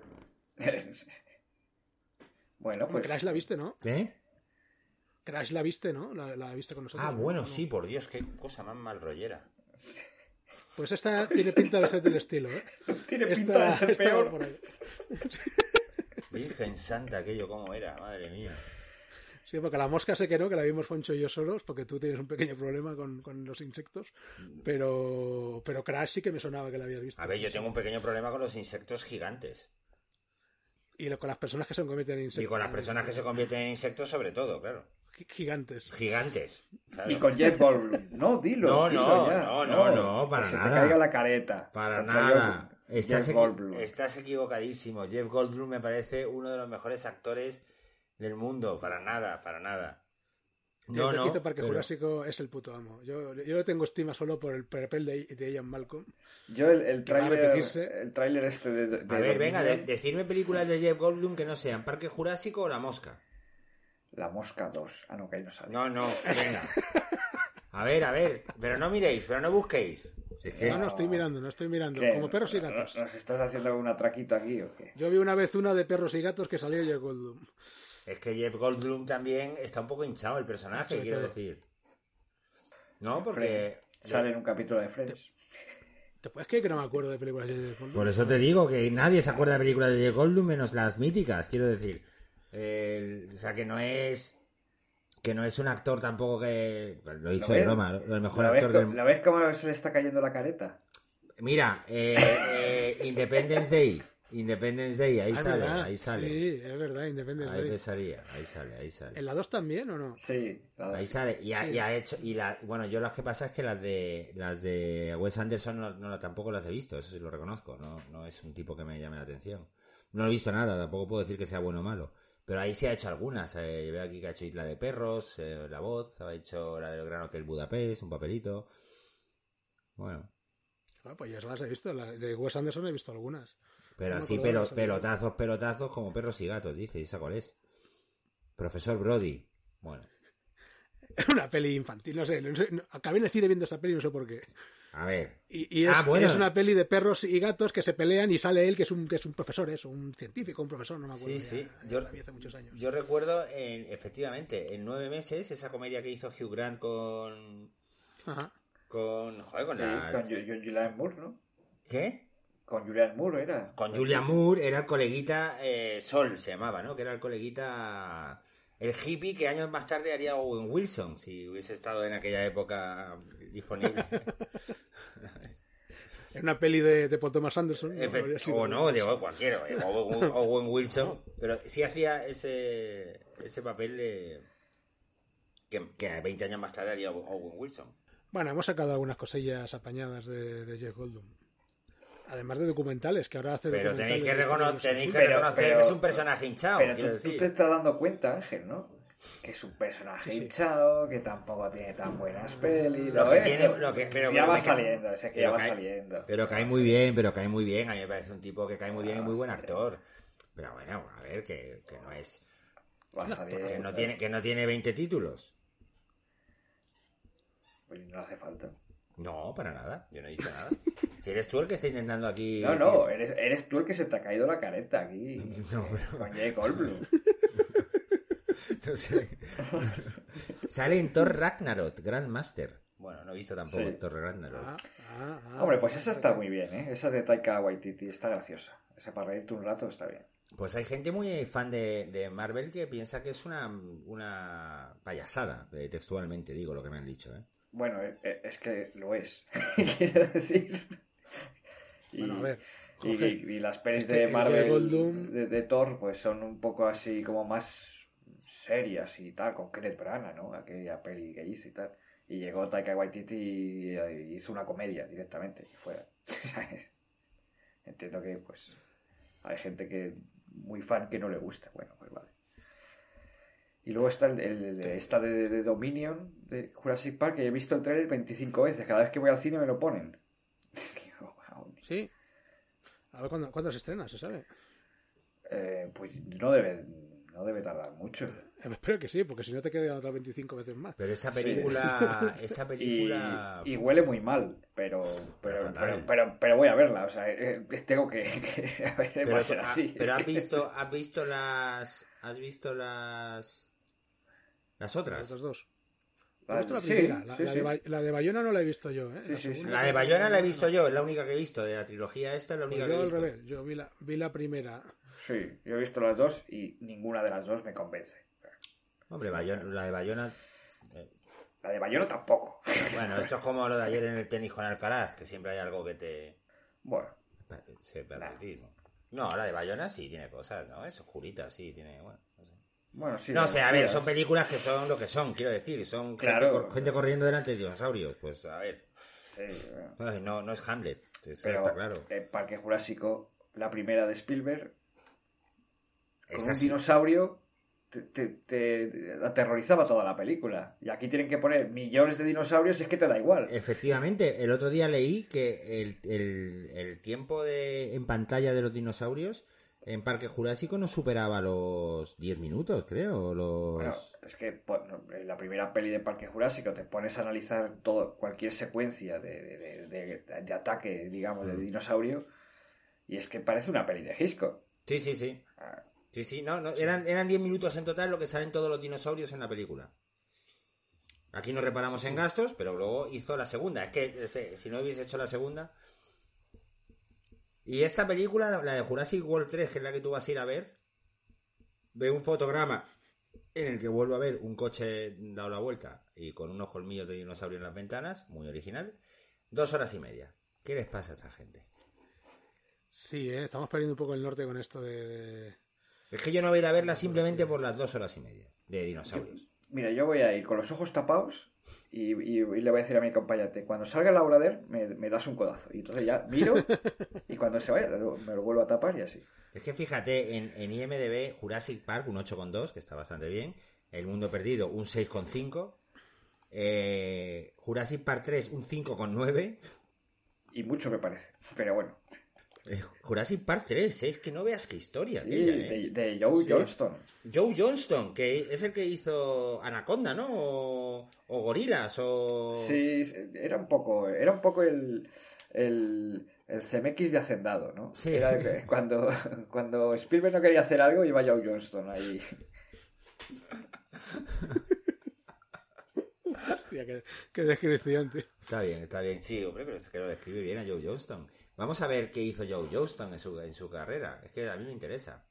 [SPEAKER 5] Bueno, pues...
[SPEAKER 4] Crash la viste, ¿no?
[SPEAKER 3] ¿Qué?
[SPEAKER 4] Crash la viste, ¿no? La viste con nosotros.
[SPEAKER 3] Ah,
[SPEAKER 4] ¿no?
[SPEAKER 3] bueno,
[SPEAKER 4] ¿No?
[SPEAKER 3] sí, por Dios, qué cosa más mal rollera.
[SPEAKER 4] Pues esta tiene pinta de ser del estilo, ¿eh?
[SPEAKER 5] Tiene pinta de ser
[SPEAKER 4] esta va
[SPEAKER 5] peor.
[SPEAKER 4] por ahí.
[SPEAKER 3] Virgen santa, aquello cómo era, madre mía.
[SPEAKER 4] Sí, porque la mosca sé que no, que la vimos Foncho y yo solos, porque tú tienes un pequeño problema con los insectos, pero Crash sí que me sonaba que la habías visto.
[SPEAKER 3] A ver, yo tengo un pequeño problema con los insectos gigantes.
[SPEAKER 4] Y con las personas que se convierten en insectos.
[SPEAKER 3] Y con las personas que se convierten en insectos sobre todo, claro.
[SPEAKER 4] Gigantes.
[SPEAKER 3] Gigantes. Claro.
[SPEAKER 5] Y con Jeff Goldblum. No, dilo.
[SPEAKER 3] No,
[SPEAKER 5] dilo
[SPEAKER 3] no,
[SPEAKER 5] ya.
[SPEAKER 3] no, para
[SPEAKER 5] que se
[SPEAKER 3] nada.
[SPEAKER 5] te caiga la careta.
[SPEAKER 3] Para
[SPEAKER 5] Porque
[SPEAKER 3] nada.
[SPEAKER 5] yo-
[SPEAKER 3] Estás,
[SPEAKER 5] Jeff Goldblum.
[SPEAKER 3] estás equivocadísimo. Jeff Goldblum me parece uno de los mejores actores del mundo. Para nada, para nada.
[SPEAKER 4] No, no. Hizo Parque
[SPEAKER 3] pero-
[SPEAKER 4] Jurásico es el puto amo. Yo le tengo estima solo por el papel de Ian Malcolm.
[SPEAKER 5] Yo el
[SPEAKER 4] Que va a
[SPEAKER 5] tráiler
[SPEAKER 4] repetirse.
[SPEAKER 5] el tráiler este de
[SPEAKER 3] A ver, venga,
[SPEAKER 5] Dominion,
[SPEAKER 3] decidme películas de Jeff Goldblum que no sean Parque Jurásico o La Mosca.
[SPEAKER 5] La Mosca 2. Ah, no, que ahí no sale.
[SPEAKER 3] No, venga. A ver, pero no miréis, pero no busquéis. Si es que...
[SPEAKER 4] No estoy mirando.
[SPEAKER 5] ¿Qué?
[SPEAKER 4] Como perros y gatos.
[SPEAKER 5] ¿Nos estás haciendo un atraquito aquí o qué?
[SPEAKER 4] Yo vi una vez una de perros y gatos que salió Jeff Goldblum.
[SPEAKER 3] Es que Jeff Goldblum también está un poco hinchado el personaje,
[SPEAKER 4] Sobre
[SPEAKER 3] quiero
[SPEAKER 4] todo.
[SPEAKER 3] decir. No, porque...
[SPEAKER 5] Sale en un capítulo de Friends.
[SPEAKER 4] ¿Te puedes creer que no me acuerdo de películas de Jeff Goldblum?
[SPEAKER 3] Por eso te digo que nadie se acuerda de películas de Jeff Goldblum menos las míticas, quiero decir. O sea, que no es un actor tampoco que... Lo he dicho de
[SPEAKER 5] ves?
[SPEAKER 3] broma, el mejor
[SPEAKER 5] ¿La ves
[SPEAKER 3] actor del...
[SPEAKER 5] ¿La ves cómo se le está cayendo la careta?
[SPEAKER 3] Mira, Independence Day. Independence Day, ahí
[SPEAKER 4] Ah, es
[SPEAKER 3] sale,
[SPEAKER 4] verdad.
[SPEAKER 3] ahí sale.
[SPEAKER 4] Sí, es verdad, Independence
[SPEAKER 3] Ahí
[SPEAKER 4] Day.
[SPEAKER 3] te salía, ahí sale, ahí sale.
[SPEAKER 4] ¿En la 2 también o no?
[SPEAKER 5] Sí,
[SPEAKER 3] Ahí sale. Y ha hecho, bueno, yo las que pasa es que las de Wes Anderson tampoco las he visto, eso sí lo reconozco. No es un tipo que me llame la atención. No he visto nada, tampoco puedo decir que sea bueno o malo. Pero ahí sí ha hecho algunas. Veo aquí que ha hecho Isla de Perros, La Voz, ha hecho la del Gran Hotel Budapest, un papelito. Bueno.
[SPEAKER 4] Ah, pues ya las he visto. De Wes Anderson he visto algunas.
[SPEAKER 3] Pero
[SPEAKER 4] No me
[SPEAKER 3] así,
[SPEAKER 4] acordaba de esa
[SPEAKER 3] pelotazos como perros y gatos, dice. ¿Y esa cuál es? Profesor Brody. Bueno.
[SPEAKER 4] Es una peli infantil, no sé. Acabé en el cine viendo esa peli, no sé por qué.
[SPEAKER 3] A ver.
[SPEAKER 4] Y es,
[SPEAKER 3] bueno.
[SPEAKER 4] es una peli de perros y gatos que se pelean y sale él, que es un profesor, es un científico, un profesor, no me acuerdo.
[SPEAKER 3] Sí.
[SPEAKER 4] Ya la vi hace muchos años.
[SPEAKER 3] Yo recuerdo, efectivamente, en 9 meses, esa comedia que hizo Hugh Grant
[SPEAKER 4] Ajá.
[SPEAKER 3] con
[SPEAKER 5] Con Julianne Moore, ¿no?
[SPEAKER 3] ¿Qué?
[SPEAKER 5] Con Julianne Moore era.
[SPEAKER 3] Con Julian Moore, era el coleguita Sol, se llamaba, ¿no? Que era el coleguita... El hippie que años más tarde haría Owen Wilson, si hubiese estado en aquella época disponible.
[SPEAKER 4] Es una peli de Paul Thomas Anderson.
[SPEAKER 3] O no, digo cualquiera, Owen Wilson. Pero sí hacía ese papel de... Que 20 años más tarde haría Owen Wilson.
[SPEAKER 4] Bueno, hemos sacado algunas cosillas apañadas de Jeff Goldblum. Además de documentales, que ahora hace
[SPEAKER 3] Pero
[SPEAKER 4] documentales.
[SPEAKER 3] tenéis que reconocer que es un personaje hinchado,
[SPEAKER 5] pero
[SPEAKER 3] quiero
[SPEAKER 5] tú
[SPEAKER 3] decir.
[SPEAKER 5] te estás dando cuenta, Ángel, ¿no? Que es un personaje
[SPEAKER 4] Sí.
[SPEAKER 5] hinchado, que tampoco tiene tan buenas pelis.
[SPEAKER 3] Lo
[SPEAKER 5] ¿no?
[SPEAKER 3] que tiene, pero
[SPEAKER 5] ya va
[SPEAKER 3] me-
[SPEAKER 5] saliendo, es que
[SPEAKER 3] pero
[SPEAKER 5] ya va
[SPEAKER 3] cae-
[SPEAKER 5] saliendo.
[SPEAKER 3] Pero cae muy bien, a mí me parece un tipo que cae muy bien y muy buen actor. Pero bueno, a ver, que no es...
[SPEAKER 5] Va saliendo.
[SPEAKER 3] Que no tiene 20 títulos.
[SPEAKER 5] Pues no hace falta.
[SPEAKER 3] No, para nada, yo no he dicho nada. Si eres tú el que está intentando aquí...
[SPEAKER 5] No, eres tú el que se te ha caído la careta aquí.
[SPEAKER 3] No, pero-
[SPEAKER 5] Con Jake Goldblum.
[SPEAKER 3] No sé. Sale en Thor Ragnarok, Grandmaster. Bueno, no he visto tampoco
[SPEAKER 5] Sí.
[SPEAKER 3] Thor Ragnarok.
[SPEAKER 5] Hombre, pues esa está muy bien, ¿eh? Esa de Taika Waititi está graciosa. Esa para reírte un rato está bien.
[SPEAKER 3] Pues hay gente muy fan de Marvel que piensa que es una payasada, textualmente digo lo que me han dicho, ¿eh?
[SPEAKER 5] Bueno, es que lo es. Quiero decir. Y,
[SPEAKER 4] Bueno, a ver,
[SPEAKER 5] y,
[SPEAKER 4] Jorge,
[SPEAKER 5] y las pelis
[SPEAKER 4] este,
[SPEAKER 5] de
[SPEAKER 4] el
[SPEAKER 5] Marvel
[SPEAKER 4] Jeff Goldblum-
[SPEAKER 5] de Thor, pues son un poco así como más serias y tal, con Kenneth Branagh, ¿no? Aquella peli que hizo y tal. Y llegó Taika Waititi y hizo una comedia directamente y fuera. Entiendo que pues hay gente que muy fan que no le gusta. Bueno, pues vale. Y luego está esta de Dominion, de Jurassic Park, que he visto el trailer 25 veces. Cada vez que voy al cine me lo ponen. Digo, wow.
[SPEAKER 4] Sí. A ver cuándo se estrena, se sabe.
[SPEAKER 5] Pues no debe tardar mucho.
[SPEAKER 4] Espero que sí, porque si no te quedan otras 25 veces más.
[SPEAKER 3] Pero esa película... Esa película...
[SPEAKER 5] Y huele muy mal, pero voy a verla. O sea, tengo que a ver, va a ser así.
[SPEAKER 3] Pero ¿has visto las otras?
[SPEAKER 4] Las dos.
[SPEAKER 5] La-
[SPEAKER 4] He visto la
[SPEAKER 5] sí,
[SPEAKER 4] primera.
[SPEAKER 5] sí, sí.
[SPEAKER 4] La de Bayona no la he visto yo, ¿eh?
[SPEAKER 5] Sí, sí, sí.
[SPEAKER 3] La de Bayona la he visto yo, es la única que he visto. De la trilogía esta es la
[SPEAKER 4] Pues
[SPEAKER 3] única
[SPEAKER 4] yo
[SPEAKER 3] que he
[SPEAKER 4] al
[SPEAKER 3] visto.
[SPEAKER 4] revés, yo vi la primera.
[SPEAKER 5] Sí, yo he visto las dos y ninguna de las dos me convence.
[SPEAKER 3] Hombre, la de Bayona...
[SPEAKER 5] La de Bayona tampoco.
[SPEAKER 3] Bueno, esto es como lo de ayer en el tenis con Alcaraz, que siempre hay algo que te...
[SPEAKER 5] Bueno,
[SPEAKER 3] Se atletismo. No, la de Bayona sí tiene cosas, ¿no? Es oscurita, sí, tiene... Bueno, no sé.
[SPEAKER 5] bueno, sí.
[SPEAKER 3] No sé, a ver,
[SPEAKER 5] las-
[SPEAKER 3] son películas que son lo que son, quiero decir. Son
[SPEAKER 5] Claro.
[SPEAKER 3] gente corriendo delante de dinosaurios. Pues, a ver,
[SPEAKER 5] Sí, bueno.
[SPEAKER 3] no es Hamlet, eso
[SPEAKER 5] Pero
[SPEAKER 3] está claro.
[SPEAKER 5] Parque Jurásico, la primera de Spielberg, con
[SPEAKER 3] Es
[SPEAKER 5] un
[SPEAKER 3] así.
[SPEAKER 5] dinosaurio, te aterrorizaba toda la película. Y aquí tienen que poner millones de dinosaurios y es que te da igual.
[SPEAKER 3] Efectivamente, el otro día leí que el tiempo en pantalla de los dinosaurios en Parque Jurásico no superaba los 10 minutos, creo.
[SPEAKER 5] Bueno, es que en la primera peli de Parque Jurásico te pones a analizar cualquier secuencia de ataque, digamos, de dinosaurio, y es que parece una peli de Hitchcock.
[SPEAKER 3] Sí, sí, sí.
[SPEAKER 5] Ah,
[SPEAKER 3] Sí, no, eran 10 minutos en total lo que salen todos los dinosaurios en la película. Aquí no reparamos en gastos, pero luego hizo la segunda. Es que si no hubiese hecho la segunda... Y esta película, la de Jurassic World 3, que es la que tú vas a ir a ver, ve un fotograma en el que vuelvo a ver un coche dado la vuelta y con unos colmillos de dinosaurio en las ventanas, muy original, 2 horas y media. ¿Qué les pasa a esta gente?
[SPEAKER 4] Sí, estamos perdiendo un poco el norte con esto de...
[SPEAKER 3] Es que yo no voy a ir a verla simplemente por las 2 horas y media de dinosaurios.
[SPEAKER 5] Mira, yo voy a ir con los ojos tapados y le voy a decir a mi acompañante, cuando salga Laura Dern, me das un codazo. Y entonces ya miro y cuando se vaya me lo vuelvo a tapar y así.
[SPEAKER 3] Es que fíjate, en IMDb, Jurassic Park un 8,2, que está bastante bien. El Mundo Perdido un 6,5. Jurassic Park 3 un 5,9.
[SPEAKER 5] Y mucho me parece, pero bueno.
[SPEAKER 3] Jurassic Park 3, es que no veas qué historia.
[SPEAKER 5] Sí,
[SPEAKER 3] aquella,
[SPEAKER 5] de Joe Johnston.
[SPEAKER 3] Joe Johnston, que es el que hizo Anaconda, ¿no? O Gorilas, o...
[SPEAKER 5] Sí, era un poco el CMX de Hacendado, ¿no?
[SPEAKER 3] Sí.
[SPEAKER 5] Era que cuando Spielberg no quería hacer algo, iba Joe Johnston ahí.
[SPEAKER 4] Hostia, qué descripción, tío.
[SPEAKER 3] Está bien. Sí, hombre, pero es que lo describe bien a Joe Johnston. Vamos a ver qué hizo Joe Johnston en su carrera. Es que a mí me interesa.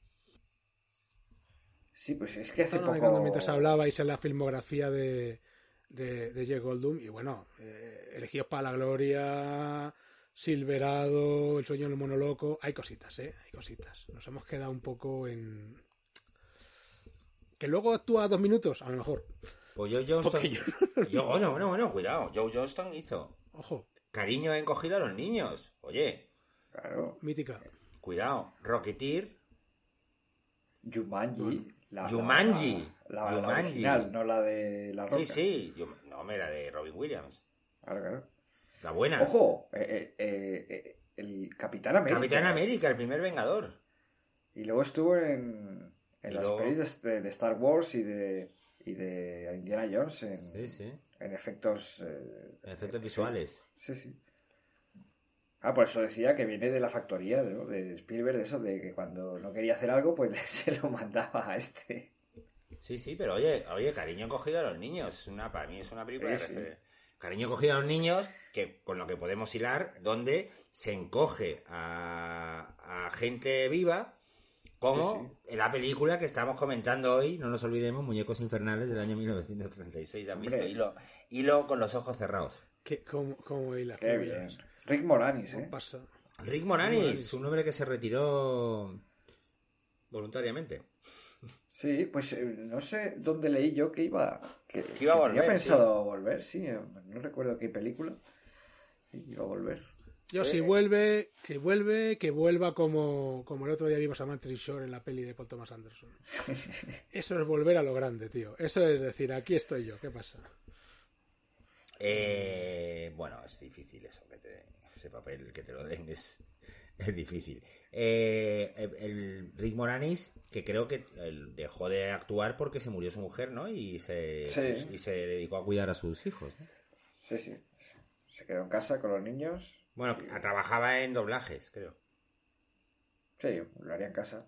[SPEAKER 5] Sí, pues es que hace
[SPEAKER 4] Estaba
[SPEAKER 5] poco...
[SPEAKER 4] navegando mientras hablabais en la filmografía de Jeff Goldblum y bueno, Elegidos para la Gloria, Silverado, El sueño del mono loco, hay cositas, hay cositas. Nos hemos quedado un poco en... Que luego actúa 2 minutos, a lo mejor.
[SPEAKER 3] Pues Joe Johnston... Bueno, cuidado. Joe Johnston hizo...
[SPEAKER 4] Ojo.
[SPEAKER 3] Cariño encogido a los niños. Oye.
[SPEAKER 5] Claro.
[SPEAKER 4] Mítica.
[SPEAKER 3] Cuidado. Rocketeer.
[SPEAKER 5] Jumanji.
[SPEAKER 3] Jumanji.
[SPEAKER 5] La original, no la de La Roca.
[SPEAKER 3] Sí. No, la de Robin Williams.
[SPEAKER 5] Claro.
[SPEAKER 3] La buena.
[SPEAKER 5] Ojo, el Capitán América.
[SPEAKER 3] Capitán América, el primer Vengador.
[SPEAKER 5] Y luego estuvo en las pelis de Star Wars y de Indiana Jones en efectos...
[SPEAKER 3] efectos visuales.
[SPEAKER 5] Sí. Por eso decía que viene de la factoría, ¿no? De Spielberg, de eso, de que cuando no quería hacer algo, pues se lo mandaba a este.
[SPEAKER 3] Sí, pero oye, Cariño encogido a los niños. Para mí es una película de referencia. Cariño encogido a los niños, que con lo que podemos hilar, donde se encoge a gente viva, como en la película que estamos comentando hoy, no nos olvidemos, Muñecos Infernales del año 1936. ¿Han visto? Hilo con los ojos cerrados.
[SPEAKER 4] ¿Cómo hilas?
[SPEAKER 5] Qué bien. Rick Moranis,
[SPEAKER 4] Pasa.
[SPEAKER 3] Rick Moranis, un hombre que se retiró voluntariamente.
[SPEAKER 5] Sí, pues no sé dónde leí yo que iba
[SPEAKER 3] iba a volver.
[SPEAKER 5] Tenía pensado volver, sí. No recuerdo qué película. Sí, iba a volver.
[SPEAKER 4] Yo si vuelve, que vuelva como el otro día vimos a Mantis Shore en la peli de Paul Thomas Anderson. Eso es volver a lo grande, tío. Eso es decir, aquí estoy yo, ¿qué pasa?
[SPEAKER 3] Bueno, es difícil eso, ese papel que te lo den es difícil. El Rick Moranis, que creo que dejó de actuar porque se murió su mujer, ¿no? Y se dedicó a cuidar a sus hijos, ¿no?
[SPEAKER 5] Sí. Se quedó en casa con los niños.
[SPEAKER 3] Bueno, trabajaba en doblajes, creo.
[SPEAKER 5] Sí, lo haría en casa.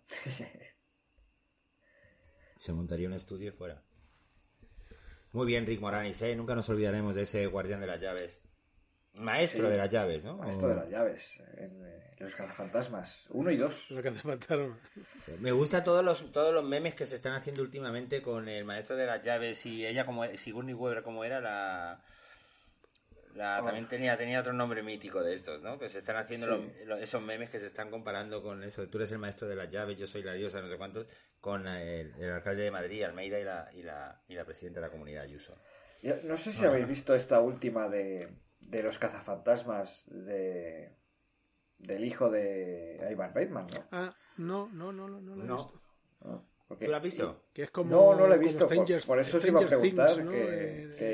[SPEAKER 3] Se montaría un estudio y fuera. Muy bien, Rick Moranis, nunca nos olvidaremos de ese guardián de las llaves. Maestro de las llaves, ¿no?
[SPEAKER 5] Maestro de las llaves. En Los Cazafantasmas 1 y 2.
[SPEAKER 4] Lo que hace falta.
[SPEAKER 3] Me gusta todos los memes que se están haciendo últimamente con el maestro de las llaves y ella, como Sigourney Weaver, como era también tenía otro nombre mítico de estos, ¿no? Que se están haciendo esos memes que se están comparando con eso. Tú eres el maestro de las llaves, yo soy la diosa, no sé cuántos, con el alcalde de Madrid, Almeida, y la presidenta de la comunidad, Ayuso.
[SPEAKER 5] No sé si habéis visto esta última de Los Cazafantasmas del hijo de Ivan Reitman, ¿no?
[SPEAKER 4] No lo he visto.
[SPEAKER 5] Porque,
[SPEAKER 3] ¿Tú lo has visto?
[SPEAKER 4] Que es como,
[SPEAKER 5] no lo he visto, por eso os iba a preguntar
[SPEAKER 4] Things, ¿no?
[SPEAKER 5] que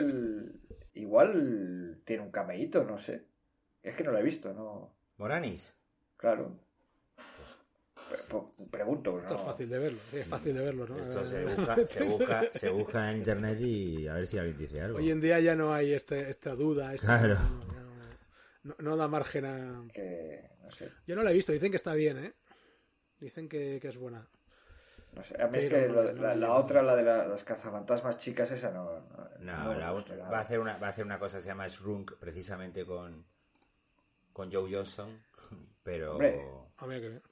[SPEAKER 5] igual tiene un cameíto, no sé. Es que no lo he visto, ¿no?
[SPEAKER 3] Moranis.
[SPEAKER 5] Claro. Pregunto, ¿no?
[SPEAKER 4] Esto es fácil de verlo, ¿no?
[SPEAKER 3] Esto se busca en internet y a ver si alguien dice algo.
[SPEAKER 4] Hoy en día ya no hay esta duda.
[SPEAKER 3] Claro.
[SPEAKER 4] No da margen a...
[SPEAKER 5] no sé.
[SPEAKER 4] Yo no la he visto, dicen que está bien, ¿eh? Dicen que es buena.
[SPEAKER 5] No sé, a mí es que la otra, la de las cazafantasmas chicas, esa no
[SPEAKER 3] va a hacer una cosa que se llama Shrunk, precisamente con Joe Johnston, pero...
[SPEAKER 4] Hombre, que bien.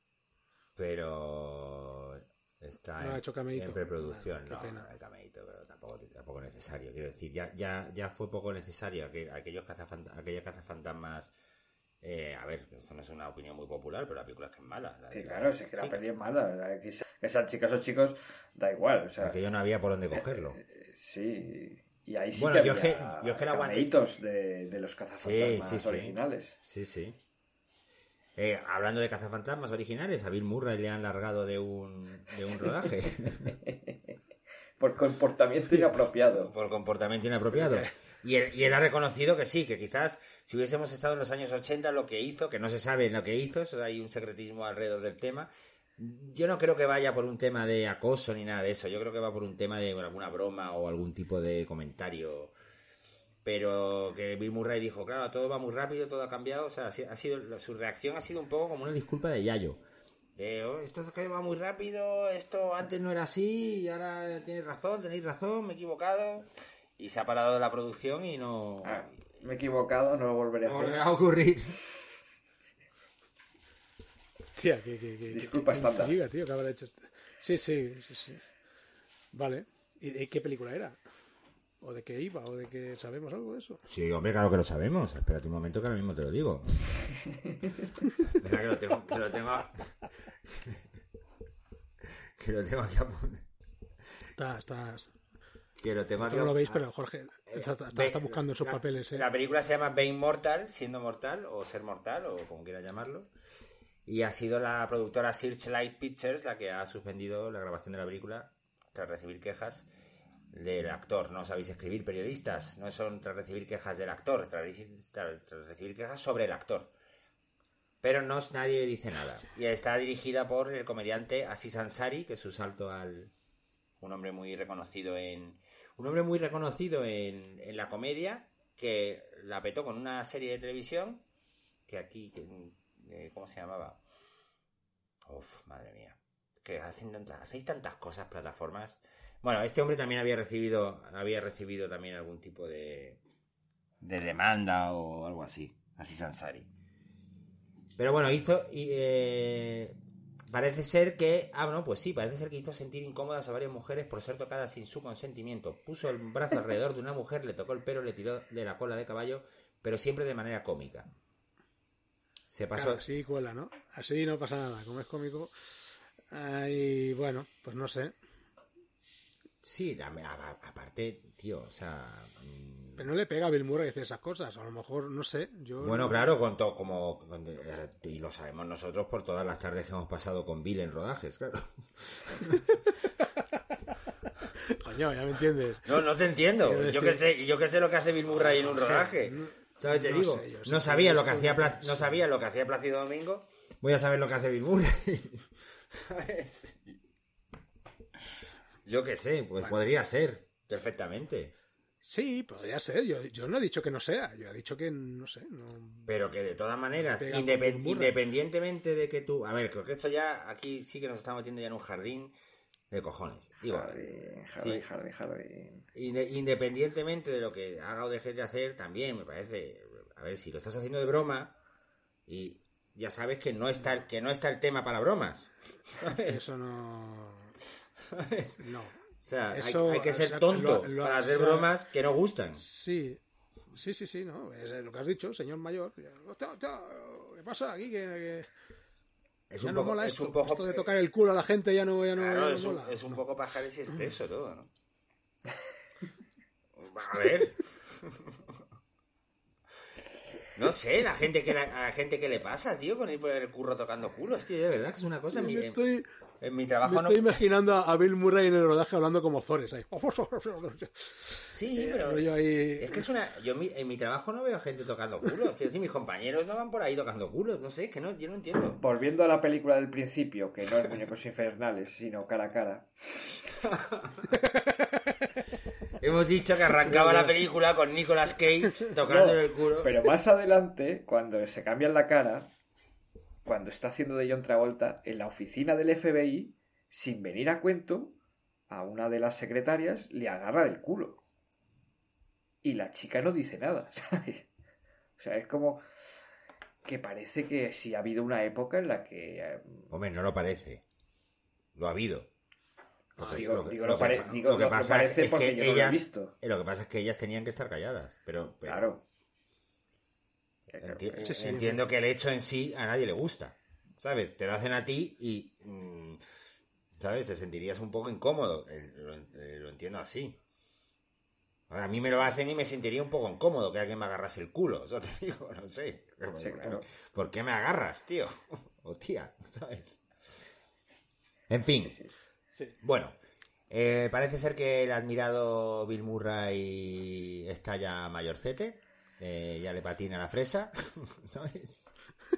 [SPEAKER 3] Pero está en preproducción. El cameíto, pero tampoco necesario. Quiero decir, ya fue poco necesario aquellos cazafantasmas A ver, esto no es una opinión muy popular, pero la película es que es mala.
[SPEAKER 5] Sí, claro, es que la peli es mala. Que sean chicas o chicos, da igual. O sea,
[SPEAKER 3] Aquello no había por dónde cogerlo.
[SPEAKER 5] Sí, y ahí sí
[SPEAKER 3] Bueno,
[SPEAKER 5] que
[SPEAKER 3] yo
[SPEAKER 5] había
[SPEAKER 3] es que la aguanté.
[SPEAKER 5] cameitos de los cazafantasmas
[SPEAKER 3] Sí.
[SPEAKER 5] originales.
[SPEAKER 3] Sí. Hablando de cazafantasmas originales, a Bill Murray le han largado de un rodaje.
[SPEAKER 5] Por comportamiento inapropiado.
[SPEAKER 3] Por comportamiento inapropiado. Y él ha reconocido que sí, que quizás si hubiésemos estado en los años 80 lo que hizo, que no se sabe lo que hizo, hay un secretismo alrededor del tema. Yo no creo que vaya por un tema de acoso ni nada de eso, yo creo que va por un tema de alguna broma o algún tipo de comentario. Pero que Bill Murray dijo, claro, todo va muy rápido, todo ha cambiado, o sea, su reacción ha sido un poco como una disculpa de Yayo. Esto es que va muy rápido, esto antes no era así, y ahora tenéis razón, me he equivocado. Y se ha parado de la producción y no...
[SPEAKER 5] me he equivocado, no lo volveré a hacer.
[SPEAKER 3] volverá a ocurrir.
[SPEAKER 4] Tía,
[SPEAKER 5] Disculpa estándar.
[SPEAKER 4] Intriga, tío, que habrá hecho este. Sí. Vale. ¿Y de qué película era? ¿O de qué iba? ¿O de qué sabemos algo de eso?
[SPEAKER 3] Sí, hombre, claro que lo sabemos. Espérate un momento que ahora mismo te lo digo. Mira que lo tengo... Que lo tengo aquí a...
[SPEAKER 4] Estás.
[SPEAKER 3] Que lo tengo aquí
[SPEAKER 4] No lo veis, pero Jorge está buscando en sus papeles.
[SPEAKER 3] La película se llama Being Mortal, siendo mortal, o ser mortal, o como quieras llamarlo. Y ha sido la productora Searchlight Pictures la que ha suspendido la grabación de la película tras recibir quejas del actor. No sabéis escribir, periodistas. No son tras recibir quejas del actor, tras recibir quejas sobre el actor. Pero nadie dice nada. Y está dirigida por el comediante Aziz Ansari, que es su salto al... Un hombre muy reconocido en la comedia, que la petó con una serie de televisión que aquí... ¿Cómo se llamaba? Madre mía. Que hacéis tantas cosas, plataformas. Bueno, este hombre también había recibido también algún tipo de demanda o algo así. Así Sansari. Pero bueno, parece ser que... parece ser que hizo sentir incómodas a varias mujeres por ser tocadas sin su consentimiento. Puso el brazo alrededor de una mujer, le tocó el pelo, le tiró de la cola de caballo, pero siempre de manera cómica. Se pasó...
[SPEAKER 4] Claro, así cuela, ¿no? Así no pasa nada. Como es cómico... Y bueno, pues no sé.
[SPEAKER 3] Sí, aparte, tío, o sea...
[SPEAKER 4] Pero no le pega a Bill Murray decir esas cosas. A lo mejor, no sé.
[SPEAKER 3] Bueno, claro, y lo sabemos nosotros por todas las tardes que hemos pasado con Bill en rodajes, claro.
[SPEAKER 4] Coño, ya me entiendes.
[SPEAKER 3] No te entiendo. Yo que sé lo que hace Bill Murray en un rodaje. ¿Sabes? Te digo. No sabía lo que hacía Plácido Domingo. Voy a saber lo que hace Bill Murray. ¿Sabes? Yo que sé, pues podría ser perfectamente.
[SPEAKER 4] Sí, podría ser. Yo no he dicho que no sea. Yo he dicho que no sé. No...
[SPEAKER 3] Pero que de todas maneras, independientemente de que tú... A ver, creo que esto ya... Aquí sí que nos estamos metiendo ya en un jardín de cojones. Digo,
[SPEAKER 5] Jardín.
[SPEAKER 3] Independientemente de lo que haga o dejes de hacer, también me parece... A ver, si lo estás haciendo de broma y ya sabes que no está el tema para bromas. ¿Sabes?
[SPEAKER 4] Eso no...
[SPEAKER 3] ¿Sabes?
[SPEAKER 4] No.
[SPEAKER 3] O sea,
[SPEAKER 4] eso,
[SPEAKER 3] hay que ser tonto para hacer bromas que no gustan.
[SPEAKER 4] Sí, ¿no? Es lo que has dicho, señor mayor. ¿Qué pasa aquí? Que
[SPEAKER 3] Es
[SPEAKER 4] ya
[SPEAKER 3] un
[SPEAKER 4] no
[SPEAKER 3] poco,
[SPEAKER 4] mola
[SPEAKER 3] es
[SPEAKER 4] esto.
[SPEAKER 3] un poco,
[SPEAKER 4] Esto de tocar el culo a la gente ya no
[SPEAKER 3] claro,
[SPEAKER 4] mola.
[SPEAKER 3] Es un poco pajares y exceso todo, ¿no? A ver. No sé, a la gente que le pasa, tío, con ir por el curro tocando culos, tío, de verdad que es una cosa... En mi trabajo
[SPEAKER 4] me estoy imaginando a Bill Murray en el rodaje hablando como Zores ahí.
[SPEAKER 3] Sí, pero
[SPEAKER 4] ahí...
[SPEAKER 3] es que es una... Yo en mi trabajo no veo gente tocando culos. Quiero decir, mis compañeros no van por ahí tocando culos. No sé, es que yo no entiendo.
[SPEAKER 5] Volviendo a la película del principio, que no es Muñecos Infernales, sino Cara a Cara.
[SPEAKER 3] Hemos dicho que arrancaba la película con Nicolas Cage tocándole el culo.
[SPEAKER 5] Pero más adelante, cuando se cambian la cara... Cuando está haciendo de John Travolta en la oficina del FBI, sin venir a cuento, a una de las secretarias le agarra del culo. Y la chica no dice nada, ¿sabes? O sea, es como que parece que sí ha habido una época en la que...
[SPEAKER 3] Hombre, no lo parece. Lo ha habido.
[SPEAKER 5] Lo que pasa es que
[SPEAKER 3] ellas tenían que estar calladas. Pero...
[SPEAKER 5] Claro.
[SPEAKER 4] Sí.
[SPEAKER 3] Entiendo que el hecho en sí a nadie le gusta, ¿sabes? Te lo hacen a ti y, ¿sabes? Te sentirías un poco incómodo. Lo entiendo así. Ahora, a mí me lo hacen y me sentiría un poco incómodo que alguien me agarrase el culo. Eso te digo, no sé.
[SPEAKER 5] Sí, claro.
[SPEAKER 3] ¿Por qué me agarras, tío? O tía, ¿sabes? En fin.
[SPEAKER 4] Sí.
[SPEAKER 3] Bueno, parece ser que el admirado Bill Murray está ya mayorcete. Ya le patina la fresa, ¿sabes?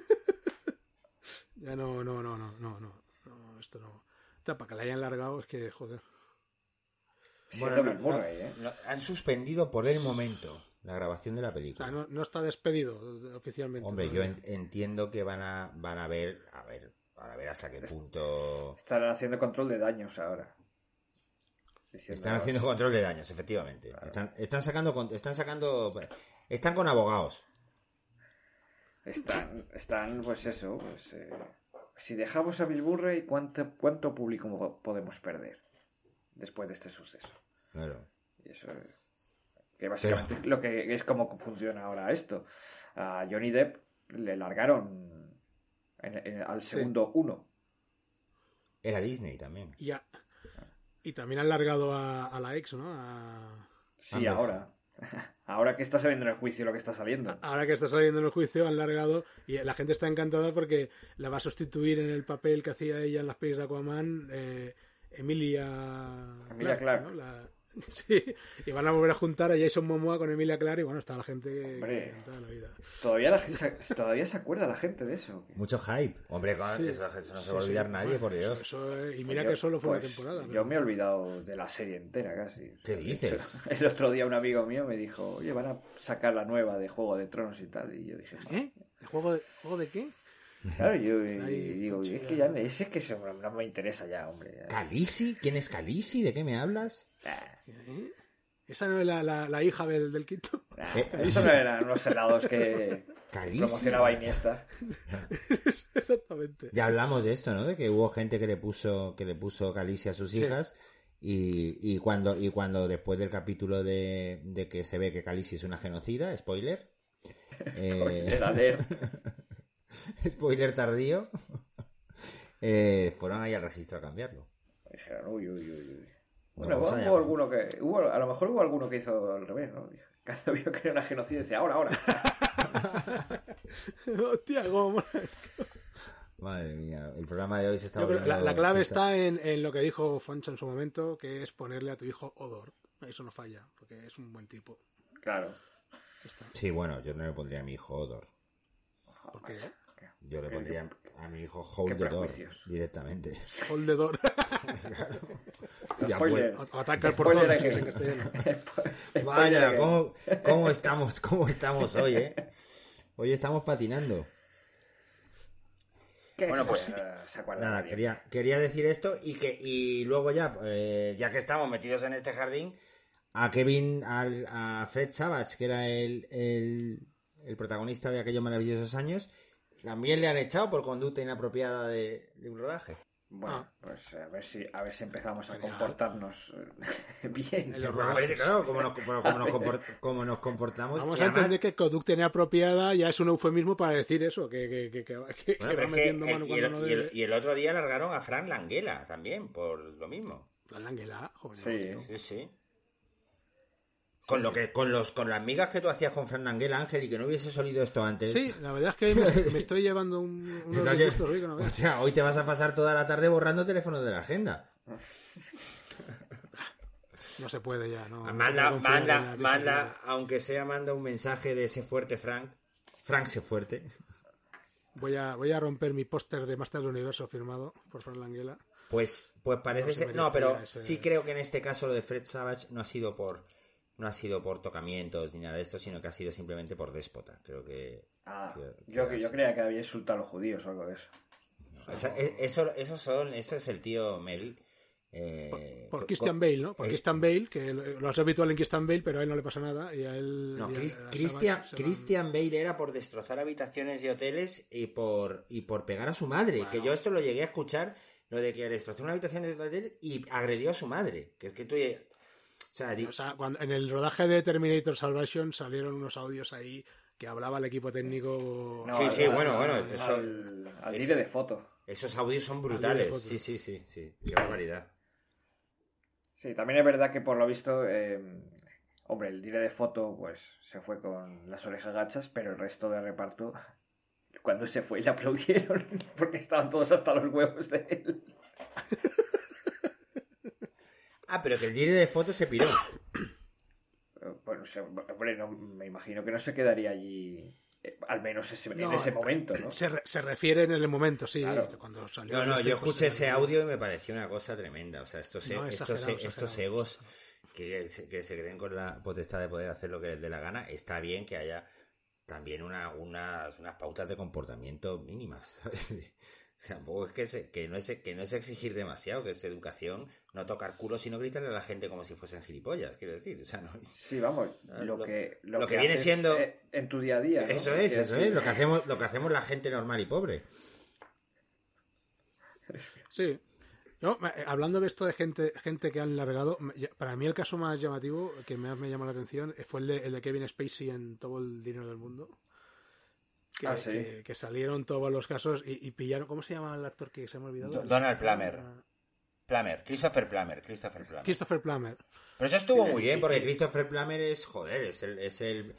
[SPEAKER 4] Ya no, esto no. Para que la hayan largado es que, joder.
[SPEAKER 5] Siendo Bill Murray, ¿eh?
[SPEAKER 3] Han suspendido por el momento la grabación de la
[SPEAKER 4] O
[SPEAKER 3] película.
[SPEAKER 4] sea, no está despedido oficialmente.
[SPEAKER 3] Hombre,
[SPEAKER 4] ¿no?
[SPEAKER 3] yo entiendo que van a ver hasta qué punto
[SPEAKER 5] Están haciendo control de daños ahora.
[SPEAKER 3] están haciendo control de daños, efectivamente.
[SPEAKER 5] Claro.
[SPEAKER 3] Están con abogados.
[SPEAKER 5] Están, pues eso, si dejamos a Bill Murray, ¿cuánto público podemos perder después de este suceso?
[SPEAKER 3] Claro.
[SPEAKER 5] Y eso que básicamente lo que es como funciona ahora esto. A Johnny Depp le largaron al segundo uno.
[SPEAKER 3] Era Disney también.
[SPEAKER 4] Y también han largado a la ex, ¿no?
[SPEAKER 5] Sí,
[SPEAKER 3] Ambos.
[SPEAKER 5] ahora. Ahora que está saliendo en el juicio lo que está saliendo.
[SPEAKER 4] Ahora que está saliendo en el juicio han largado y la gente está encantada porque la va a sustituir en el papel que hacía ella en las pelis de Aquaman, Emilia
[SPEAKER 5] Clarke.
[SPEAKER 4] ¿no? Sí, y van a volver a juntar a Jason Momoa con Emilia Clarke y bueno, está la gente
[SPEAKER 5] Hombre.
[SPEAKER 4] encantada de la vida.
[SPEAKER 5] Todavía se acuerda la gente de eso.
[SPEAKER 3] Mucho hype. Hombre,
[SPEAKER 4] Sí.
[SPEAKER 3] eso no se va a olvidar nadie, por Dios.
[SPEAKER 4] Y mira que solo fue una temporada.
[SPEAKER 5] Yo me he olvidado de la serie entera casi.
[SPEAKER 3] ¿Qué dices?
[SPEAKER 5] El otro día un amigo mío me dijo, oye, van a sacar la nueva de Juego de Tronos y tal. Y yo dije,
[SPEAKER 4] ¿Eh? ¿De juego de qué?
[SPEAKER 5] Claro, yo
[SPEAKER 4] Ahí,
[SPEAKER 5] digo,
[SPEAKER 4] coche,
[SPEAKER 5] es que ya es que eso no me interesa ya, hombre.
[SPEAKER 3] ¿Khaleesi? ¿Quién es Khaleesi? ¿De qué me hablas?
[SPEAKER 4] ¿Eh? ¿Esa no es la hija del Quinto?
[SPEAKER 5] Eso no eran unos helados que
[SPEAKER 3] Khaleesi.
[SPEAKER 5] promocionaba Iniesta.
[SPEAKER 4] Exactamente.
[SPEAKER 3] Ya hablamos de esto, ¿no? De que hubo gente que le puso Khaleesi a sus
[SPEAKER 4] Sí.
[SPEAKER 3] hijas y cuando después del capítulo de que se ve que Khaleesi es una genocida, spoiler, spoiler tardío, fueron ahí al registro a cambiarlo.
[SPEAKER 5] Dijeron, uy.
[SPEAKER 3] Bueno,
[SPEAKER 5] Bueno,
[SPEAKER 3] vamos
[SPEAKER 5] hubo
[SPEAKER 3] allá.
[SPEAKER 5] alguno que... a lo mejor hubo alguno que hizo al revés, ¿no? Cuando vio que era una genocida, decía, ahora.
[SPEAKER 4] Hostia, cómo mola esto.
[SPEAKER 3] Madre mía, el programa de hoy se está
[SPEAKER 4] Yo creo que
[SPEAKER 3] volviendo...
[SPEAKER 4] la clave
[SPEAKER 3] se
[SPEAKER 4] está en lo que dijo Foncho en su momento, que es ponerle a tu hijo Odor. Eso no falla, porque es un buen tipo.
[SPEAKER 5] Claro.
[SPEAKER 4] Está.
[SPEAKER 3] Sí, bueno, yo no le pondría a mi hijo Odor.
[SPEAKER 4] ¿Por qué?
[SPEAKER 3] Yo le pondría a mi hijo
[SPEAKER 5] qué
[SPEAKER 3] Hold the Door
[SPEAKER 5] prejuicios.
[SPEAKER 3] directamente.
[SPEAKER 4] Holdedor.
[SPEAKER 3] Ya
[SPEAKER 5] Spoiler.
[SPEAKER 3] pues.
[SPEAKER 4] O ataca el
[SPEAKER 5] Spoiler
[SPEAKER 4] portón,
[SPEAKER 5] de
[SPEAKER 4] que
[SPEAKER 5] que-
[SPEAKER 4] es en castellano.
[SPEAKER 3] Vaya,
[SPEAKER 5] Spoiler de que-
[SPEAKER 3] ¿cómo estamos hoy, eh? Hoy estamos patinando.
[SPEAKER 5] ¿Qué
[SPEAKER 3] Bueno,
[SPEAKER 5] se-
[SPEAKER 3] pues,
[SPEAKER 5] se acuerda
[SPEAKER 3] Nada,
[SPEAKER 5] nadie?
[SPEAKER 3] quería decir esto y luego ya que estamos metidos en este jardín, a Fred Savage, que era el protagonista de aquellos maravillosos años, también le han echado por conducta inapropiada de un rodaje.
[SPEAKER 5] Bueno, pues a ver si empezamos a comportarnos bien.
[SPEAKER 4] En los
[SPEAKER 3] Pues a ver si, claro, como nos comportamos.
[SPEAKER 4] Vamos
[SPEAKER 3] y
[SPEAKER 4] a
[SPEAKER 3] además-
[SPEAKER 4] entender que conducta inapropiada ya es un eufemismo para decir eso, que
[SPEAKER 3] Bueno,
[SPEAKER 4] va
[SPEAKER 3] pero es
[SPEAKER 4] metiendo
[SPEAKER 3] que
[SPEAKER 4] mano cuando no debe.
[SPEAKER 3] y el otro día largaron a Frank Langella también, por lo mismo.
[SPEAKER 4] La Languela, joder.
[SPEAKER 5] Sí.
[SPEAKER 4] tío.
[SPEAKER 3] Sí, sí. Con las migas que tú hacías con Frank Langella, Ángel, y que no hubieses olido esto antes.
[SPEAKER 4] Sí, la verdad es que hoy me estoy llevando unos
[SPEAKER 3] Oye,
[SPEAKER 4] disgustos hoy que no
[SPEAKER 3] o
[SPEAKER 4] veas.
[SPEAKER 3] sea, hoy te vas a pasar toda la tarde borrando teléfonos de la agenda.
[SPEAKER 4] No se puede ya, ¿no?
[SPEAKER 3] Manda, aunque sea, manda un mensaje de ese fuerte Frank. Frank, sé fuerte.
[SPEAKER 4] Voy a romper mi póster de Master del Universo firmado por Fran Langella.
[SPEAKER 3] Pues parece
[SPEAKER 4] No se
[SPEAKER 3] ser. No,
[SPEAKER 4] merecía
[SPEAKER 3] pero
[SPEAKER 4] ese-
[SPEAKER 3] sí creo que en este caso lo de Fred Savage no ha sido por tocamientos ni nada de esto, sino que ha sido simplemente por déspota. Creo que.
[SPEAKER 5] Yo creía que había insultado a los judíos o algo de eso.
[SPEAKER 3] Eso es el tío Mel.
[SPEAKER 4] Por Christian Bale, ¿no? Por Christian Bale, que lo hace habitual en Christian Bale, pero a él no le pasa nada. Y a él.
[SPEAKER 3] No,
[SPEAKER 4] y a
[SPEAKER 3] Christian,
[SPEAKER 4] Savage se van-
[SPEAKER 3] Christian Bale era por destrozar habitaciones y hoteles y por pegar a su madre.
[SPEAKER 4] Bueno.
[SPEAKER 3] Que yo esto lo llegué a escuchar, lo de que destrozó una habitación de hotel y agredió a su madre. Que es que tú... O sea,
[SPEAKER 4] O sea, en el rodaje de Terminator Salvation salieron unos audios ahí que hablaba el equipo técnico.
[SPEAKER 5] No,
[SPEAKER 3] Sí, bueno, eso...
[SPEAKER 5] al dire de foto.
[SPEAKER 3] Esos audios son brutales. Sí. Qué barbaridad.
[SPEAKER 5] Sí, también es verdad que por lo visto, hombre, el dire de foto pues se fue con las orejas gachas, pero el resto del reparto, cuando se fue, le aplaudieron porque estaban todos hasta los huevos de él.
[SPEAKER 3] Pero que el dire de foto se piró.
[SPEAKER 5] Bueno, hombre, no, me imagino que no se quedaría allí, al menos en ese momento, ¿no?
[SPEAKER 4] Se refiere en el momento, sí.
[SPEAKER 5] Claro.
[SPEAKER 4] Que cuando salió
[SPEAKER 3] No, yo escuché
[SPEAKER 4] pues,
[SPEAKER 3] ese audio y me pareció una cosa tremenda. O sea, estos
[SPEAKER 4] exagerado.
[SPEAKER 3] egos que se creen con la potestad de poder hacer lo que les dé la gana, está bien que haya también unas pautas de comportamiento mínimas, ¿sabes? Tampoco es que no es exigir demasiado, que es educación, no tocar culo, sino gritarle a la gente como si fuesen gilipollas, quiero decir. O sea, no,
[SPEAKER 5] sí, vamos, lo que
[SPEAKER 3] viene
[SPEAKER 5] haces
[SPEAKER 3] siendo
[SPEAKER 5] en tu día a día, ¿no?
[SPEAKER 3] Eso es, lo que hacemos la gente normal y pobre.
[SPEAKER 4] Sí. Yo, hablando de esto de gente que han largado, para mí el caso más llamativo que más me llamó la atención fue el de Kevin Spacey en Todo el dinero del mundo. Que salieron todos los casos y pillaron. ¿Cómo se llama el actor que se me ha olvidado?
[SPEAKER 3] Donald Plummer. Christopher Plummer.
[SPEAKER 4] Christopher Plummer.
[SPEAKER 3] Pero eso estuvo muy bien, porque Christopher Plummer es el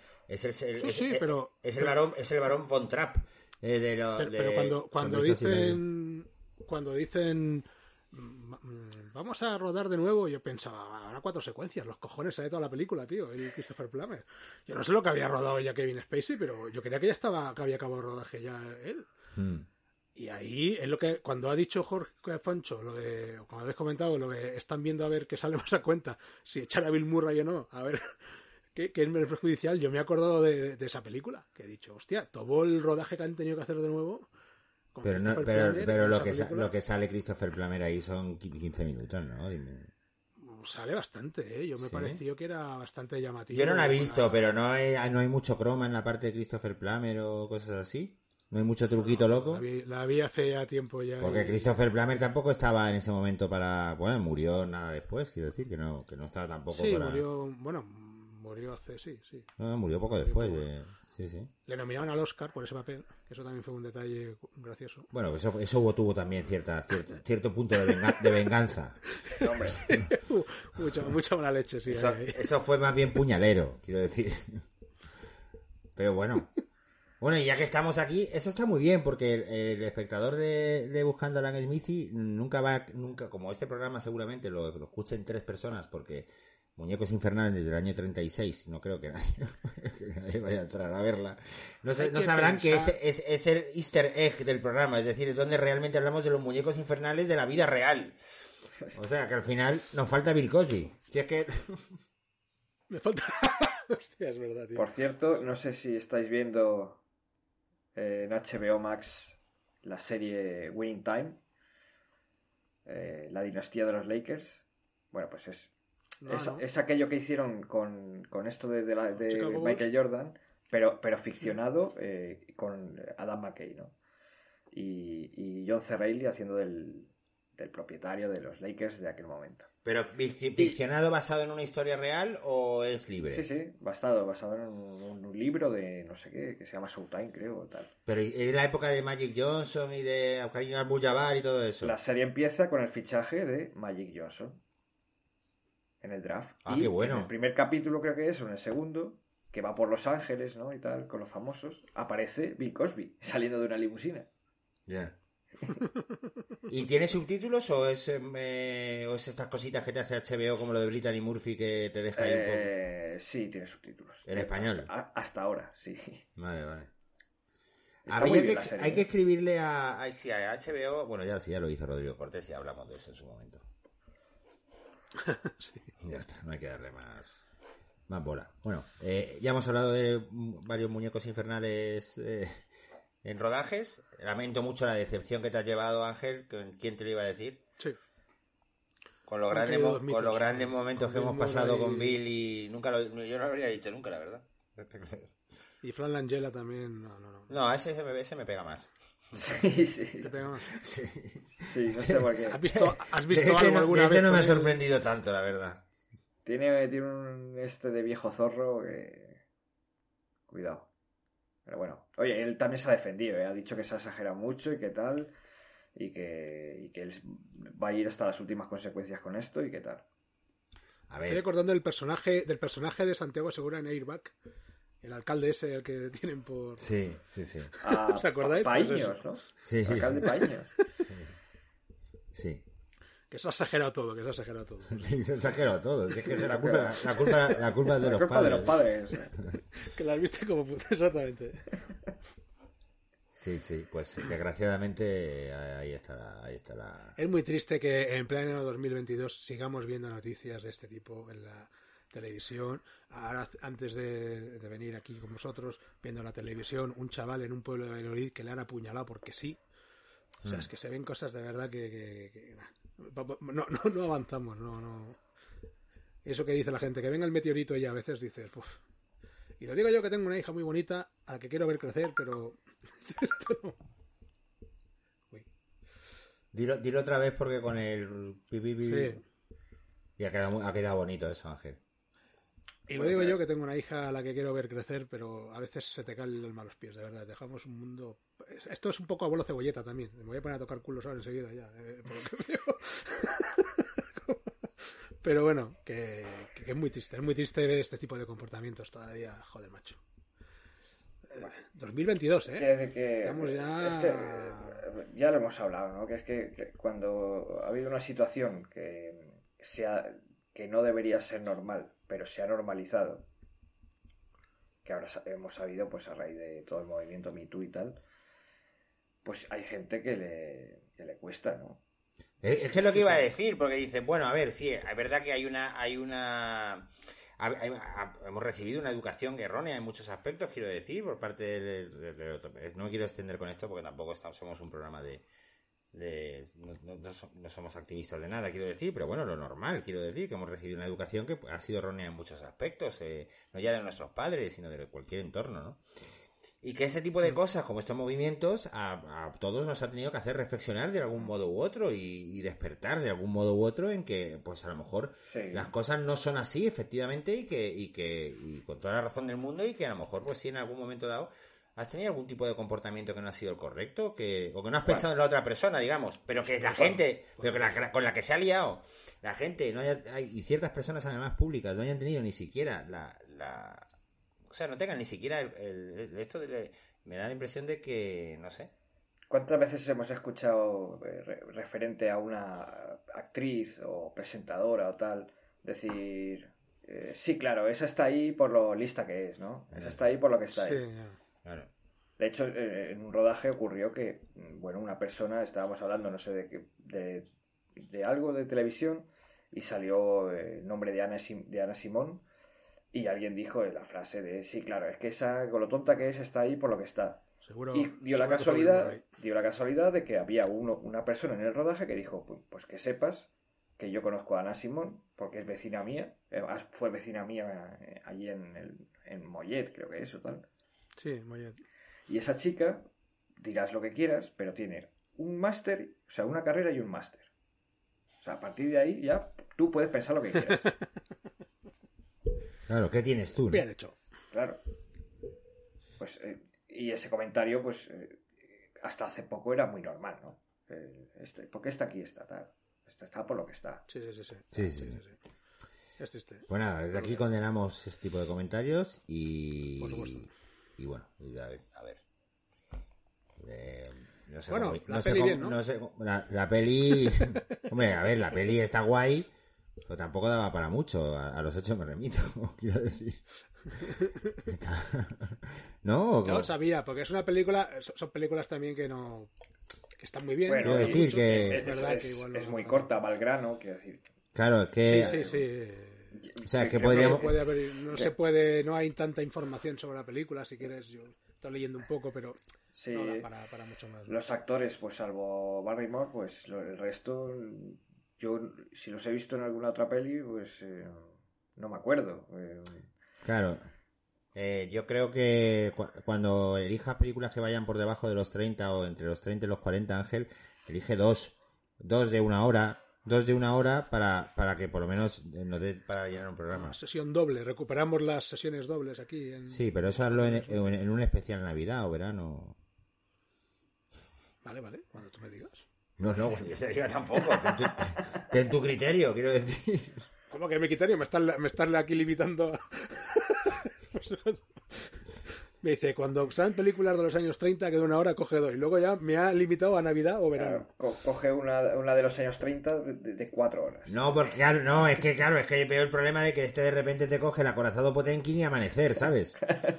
[SPEAKER 3] varón Von Trapp.
[SPEAKER 4] Pero cuando dicen vamos a rodar de nuevo, yo pensaba, habrá 4 secuencias, los cojones sale toda la película, tío, el Christopher Plummer. Yo no sé lo que había rodado ya Kevin Spacey, pero yo creía que había acabado el rodaje ya él. Y ahí es lo que, cuando ha dicho Jorge Foncho, como habéis comentado, lo que están viendo a ver qué sale más a cuenta, si echar a Bill Murray o no, a ver qué es menos perjudicial. Yo me he acordado de esa película, que he dicho, hostia, todo el rodaje que han tenido que hacer de nuevo.
[SPEAKER 3] Pero lo que sale Christopher Plummer ahí son 15 minutos, ¿no? Dime.
[SPEAKER 4] Sale bastante, ¿eh? Yo me pareció que era bastante llamativo.
[SPEAKER 3] Yo no la he visto, pero no hay mucho croma en la parte de Christopher Plummer o cosas así. No hay mucho truquito loco.
[SPEAKER 4] La vi hace ya tiempo ya.
[SPEAKER 3] Porque Christopher Plummer tampoco estaba en ese momento murió nada después, quiero decir, que no estaba tampoco para...
[SPEAKER 4] murió hace, sí.
[SPEAKER 3] No, murió poco después. Sí.
[SPEAKER 4] Le nominaron al Oscar por ese papel, que eso también fue un detalle gracioso.
[SPEAKER 3] Bueno, eso tuvo también cierto punto de venganza.
[SPEAKER 5] Hombre.
[SPEAKER 4] mucha mala leche, sí.
[SPEAKER 3] Eso fue más bien puñalero, quiero decir. Pero bueno. Bueno, y ya que estamos aquí, eso está muy bien, porque el espectador de Buscando a Alan Smithy nunca, como este programa seguramente lo escuchen 3 personas, porque Muñecos Infernales desde el año 36, no creo que nadie vaya a entrar a verla. No sabrán que es el easter egg del programa, es decir, es donde realmente hablamos de los muñecos infernales de la vida real. O sea, que al final nos falta Bill Cosby. Si es que...
[SPEAKER 4] Me falta... Hostia, es verdad, tío.
[SPEAKER 5] Por cierto, no sé si estáis viendo en HBO Max la serie Winning Time, la dinastía de los Lakers. Bueno, pues es aquello que hicieron con esto de Michael Jordan, pero ficcionado con Adam McKay, ¿no? Y John C. Reilly haciendo del propietario de los Lakers de aquel momento.
[SPEAKER 3] ¿Pero ficcionado basado en una historia real o es libre?
[SPEAKER 5] Sí, basado en un libro de no sé qué, que se llama Showtime, creo, o tal.
[SPEAKER 3] Pero es la época de Magic Johnson y de Kareem Abdul-Jabbar y todo eso.
[SPEAKER 5] La serie empieza con el fichaje de Magic Johnson en el draft.
[SPEAKER 3] Qué bueno.
[SPEAKER 5] En el primer capítulo, creo que es, o en el segundo, que va por Los Ángeles, ¿no? Y tal, con los famosos, aparece Bill Cosby saliendo de una limusina.
[SPEAKER 3] Ya. ¿Y tiene subtítulos o es estas cositas que te hace HBO como lo de Brittany Murphy que te deja ahí un poco?
[SPEAKER 5] Sí, tiene subtítulos.
[SPEAKER 3] ¿En español?
[SPEAKER 5] Hasta ahora, sí.
[SPEAKER 3] Vale.
[SPEAKER 5] Hay
[SPEAKER 3] que escribirle a HBO. Bueno, ya lo hizo Rodrigo Cortés y hablamos de eso en su momento.
[SPEAKER 4] Sí.
[SPEAKER 3] Ya está, no hay que darle más bola. Bueno, ya hemos hablado de varios muñecos infernales en rodajes. Lamento mucho la decepción que te has llevado, Ángel. ¿Quién te lo iba a decir?
[SPEAKER 4] Sí.
[SPEAKER 3] Con los grandes momentos que hemos pasado con Bill y yo no lo habría dicho nunca, la verdad.
[SPEAKER 4] Y Fran Langella también, no.
[SPEAKER 3] No, ese me pega más.
[SPEAKER 5] Sí.
[SPEAKER 4] ¿Te pega más?
[SPEAKER 3] Sí,
[SPEAKER 5] no sé por qué.
[SPEAKER 4] ¿Has visto algo alguna vez?
[SPEAKER 3] Ese no me ha sorprendido tanto, la verdad.
[SPEAKER 5] Tiene un de viejo zorro que... Cuidado. Pero bueno, oye, él también se ha defendido, ¿eh? Ha dicho que se ha exagerado mucho y que tal, y que él va a ir hasta las últimas consecuencias con esto y que tal.
[SPEAKER 3] A
[SPEAKER 4] Estoy
[SPEAKER 3] ver,
[SPEAKER 4] recordando del personaje de Santiago Segura en Airbag, el alcalde ese el que tienen por...
[SPEAKER 3] sí.
[SPEAKER 4] ¿Os acordáis? Pues
[SPEAKER 5] Paíños,
[SPEAKER 4] eso.
[SPEAKER 5] ¿no?
[SPEAKER 3] Sí.
[SPEAKER 5] Alcalde Paíños.
[SPEAKER 3] Sí.
[SPEAKER 4] Que se ha exagerado todo,
[SPEAKER 3] Sí, se exageró todo. Es que es la culpa es de
[SPEAKER 5] La
[SPEAKER 3] los
[SPEAKER 5] culpa
[SPEAKER 3] padres.
[SPEAKER 5] de los padres.
[SPEAKER 4] Que las viste como exactamente.
[SPEAKER 3] Sí, pues desgraciadamente ahí está la...
[SPEAKER 4] Es muy triste que en pleno 2022 sigamos viendo noticias de este tipo en la televisión. Ahora, antes de venir aquí con vosotros, viendo la televisión, un chaval en un pueblo de Valladolid que le han apuñalado porque sí. O sea, es que se ven cosas de verdad que no avanzamos, no. Eso que dice la gente, que venga el meteorito y a veces dices, puf. Y lo digo yo que tengo una hija muy bonita a la que quiero ver crecer, pero esto no. Uy.
[SPEAKER 3] Dilo otra vez porque con el pipi
[SPEAKER 4] Sí.
[SPEAKER 3] y ha quedado bonito eso, Ángel.
[SPEAKER 4] Y lo digo yo que tengo una hija a la que quiero ver crecer, pero a veces se te cae el alma a los pies, de verdad. Dejamos un mundo... Esto es un poco abuelo cebolleta también. Me voy a poner a tocar culos ahora enseguida ya, por lo que veo. Pero bueno, que es muy triste ver este tipo de comportamientos todavía. Joder, macho. 2022, ¿eh?
[SPEAKER 5] Es que
[SPEAKER 4] Estamos ya...
[SPEAKER 5] Es que ya lo hemos hablado, ¿no? Que es que cuando ha habido una situación que no debería ser normal, pero se ha normalizado, que ahora hemos sabido, pues a raíz de todo el movimiento Me Too y tal, pues hay gente que le cuesta, ¿no?
[SPEAKER 3] Es que es lo que iba a decir, porque dice, bueno, a ver, sí, es verdad que hemos recibido una educación errónea en muchos aspectos, quiero decir, por parte no me quiero extender con esto porque tampoco somos un programa no somos activistas de nada, quiero decir, pero bueno, lo normal, quiero decir, que hemos recibido una educación que ha sido errónea en muchos aspectos, no ya de nuestros padres, sino de cualquier entorno, ¿no? Y que ese tipo de cosas, como estos movimientos, a todos nos ha tenido que hacer reflexionar de algún modo u otro y despertar de algún modo u otro en que, pues a lo mejor las cosas no son así, efectivamente, y con toda la razón del mundo, y que a lo mejor, pues sí, en algún momento dado, has tenido algún tipo de comportamiento que no ha sido el correcto, o que no has pensado en la otra persona, digamos, pero que la gente, pero que con la que se ha liado, la gente, y ciertas personas además públicas no hayan tenido ni siquiera o sea, no tengan ni siquiera esto me da la impresión de que, no sé.
[SPEAKER 5] ¿Cuántas veces hemos escuchado referente a una actriz o presentadora o tal decir, sí, claro, esa está ahí por lo lista que es, ¿no? Esa está ahí por lo que está ahí.
[SPEAKER 4] Sí,
[SPEAKER 3] Claro.
[SPEAKER 5] De hecho, en un rodaje ocurrió que, bueno, una persona, estábamos hablando, no sé, de algo de televisión y salió el nombre de Ana Simón. Y alguien dijo la frase de, sí, claro, es que esa, con lo tonta que es, está ahí por lo que está.
[SPEAKER 4] seguro.
[SPEAKER 5] Y dio la casualidad de que había una persona en el rodaje que dijo, pues que sepas que yo conozco a Ana Simón, porque es vecina mía, fue vecina mía allí en Mollet, creo que es o tal.
[SPEAKER 4] Sí, Mollet.
[SPEAKER 5] Y esa chica, dirás lo que quieras, pero tiene un máster, o sea, una carrera y un máster. O sea, a partir de ahí ya tú puedes pensar lo que quieras.
[SPEAKER 3] Claro, ¿qué tienes tú, no?
[SPEAKER 4] Bien hecho.
[SPEAKER 5] Claro. Pues, y ese comentario, pues, hasta hace poco era muy normal, ¿no? ¿Por qué está aquí esta tal? Está por lo que está.
[SPEAKER 4] Sí.
[SPEAKER 3] Sí.
[SPEAKER 4] Es triste.
[SPEAKER 3] Pues nada, desde aquí condenamos ese tipo de comentarios y...
[SPEAKER 4] Por supuesto.
[SPEAKER 3] Y bueno, a ver. No sé
[SPEAKER 4] Bueno,
[SPEAKER 3] cómo,
[SPEAKER 4] la
[SPEAKER 3] no sé
[SPEAKER 4] peli
[SPEAKER 3] cómo-
[SPEAKER 4] bien, ¿no?
[SPEAKER 3] no sé cómo- la peli... Hombre, a ver, la peli está guay, pero tampoco daba para mucho. A los hechos me remito, quiero decir. ¿No?
[SPEAKER 4] Yo sabía, porque es una película, son películas también que no... que están muy bien.
[SPEAKER 5] Bueno,
[SPEAKER 3] quiero
[SPEAKER 4] que
[SPEAKER 3] decir
[SPEAKER 4] mucho,
[SPEAKER 3] que-
[SPEAKER 4] es verdad que igual
[SPEAKER 5] es
[SPEAKER 4] no-
[SPEAKER 5] muy corta, va al grano, quiero decir.
[SPEAKER 3] Claro, es que...
[SPEAKER 4] Sí.
[SPEAKER 3] O sea, que
[SPEAKER 5] Creo
[SPEAKER 3] podríamos...
[SPEAKER 4] No hay tanta información sobre la película, si quieres, yo estoy leyendo un poco, pero
[SPEAKER 5] Sí,
[SPEAKER 4] no da para mucho más.
[SPEAKER 5] los actores, pues salvo Barrymore, pues el resto, yo si los he visto en alguna otra peli, pues no me acuerdo.
[SPEAKER 3] Claro. Yo creo que cuando elijas películas que vayan por debajo de los 30 o entre los 30 y los 40, Ángel, elige dos de una hora 2 de 1 hora para que por lo menos nos dé para llenar un programa.
[SPEAKER 4] Sesión doble, recuperamos las sesiones dobles aquí.
[SPEAKER 3] Sí, pero eso hazlo en un especial Navidad o verano.
[SPEAKER 4] Vale, cuando tú me digas.
[SPEAKER 3] No, yo tampoco. Ten tu criterio, quiero decir.
[SPEAKER 4] ¿Cómo que mi criterio? Me estás aquí limitando. Me dice, cuando salen películas de los años 30 que de 1 hora coge 2. Y luego ya me ha limitado a Navidad o verano.
[SPEAKER 5] Claro, coge una de los años 30 de 4 horas.
[SPEAKER 3] No, porque es que veo el problema de que de repente te coge el acorazado Potemkin y Amanecer, ¿sabes?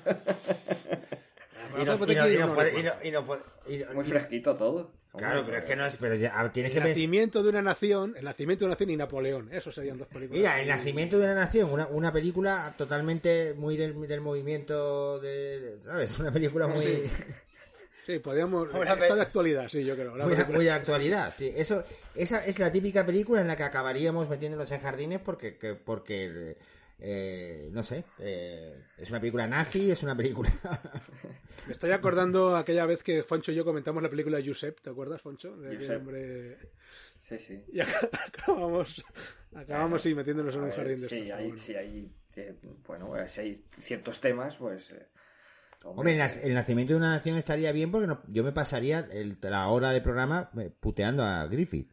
[SPEAKER 5] Muy fresquito todo.
[SPEAKER 3] Claro, pero es que no es... Pero ya, tienes que
[SPEAKER 4] El nacimiento de una nación y Napoleón. Eso serían 2 películas.
[SPEAKER 3] Mira, El nacimiento de una nación, una película totalmente muy del movimiento ¿sabes? Una película muy...
[SPEAKER 4] Sí, podríamos... Está de actualidad, sí, yo creo.
[SPEAKER 3] Muy de actualidad, sí. Esa es la típica película en la que acabaríamos metiéndonos en jardines porque no sé, es una película nazi, es una película...
[SPEAKER 4] Me estoy acordando aquella vez que Foncho y yo comentamos la película Josep, ¿te acuerdas, Foncho? De aquel hombre...
[SPEAKER 5] Sí.
[SPEAKER 4] Y acabamos metiéndonos en un jardín de estos.
[SPEAKER 5] Si hay ciertos temas, pues...
[SPEAKER 3] Hombre, el nacimiento de una nación estaría bien porque yo me pasaría la hora de programa puteando a Griffith.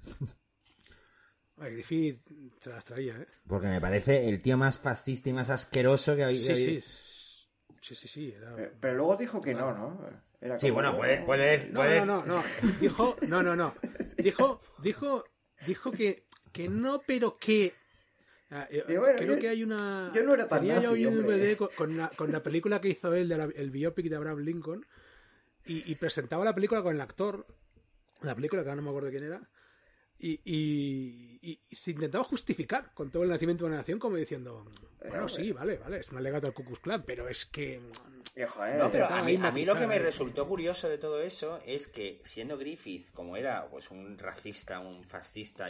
[SPEAKER 4] Griffith se las traía, ¿eh?
[SPEAKER 3] Porque me parece el tío más fascista y más asqueroso que había.
[SPEAKER 4] Sí. Era...
[SPEAKER 5] Pero luego dijo que no. Era
[SPEAKER 3] sí, bueno, puede...
[SPEAKER 4] No. Dijo que no, pero que... creo que hay una...
[SPEAKER 5] Yo no era tan
[SPEAKER 4] tenía
[SPEAKER 5] nazi,
[SPEAKER 4] ya un
[SPEAKER 5] hombre.
[SPEAKER 4] DVD con la película que hizo él, el biopic de Abraham Lincoln, y presentaba la película con el actor, la película que ahora no me acuerdo quién era, y se intentaba justificar con todo el nacimiento de una nación como diciendo, bueno, sí, vale, es un alegato al Ku Klux Klan, pero es que...
[SPEAKER 3] No, pero a mí lo que me resultó curioso de todo eso es que siendo Griffith, como era pues un racista, un fascista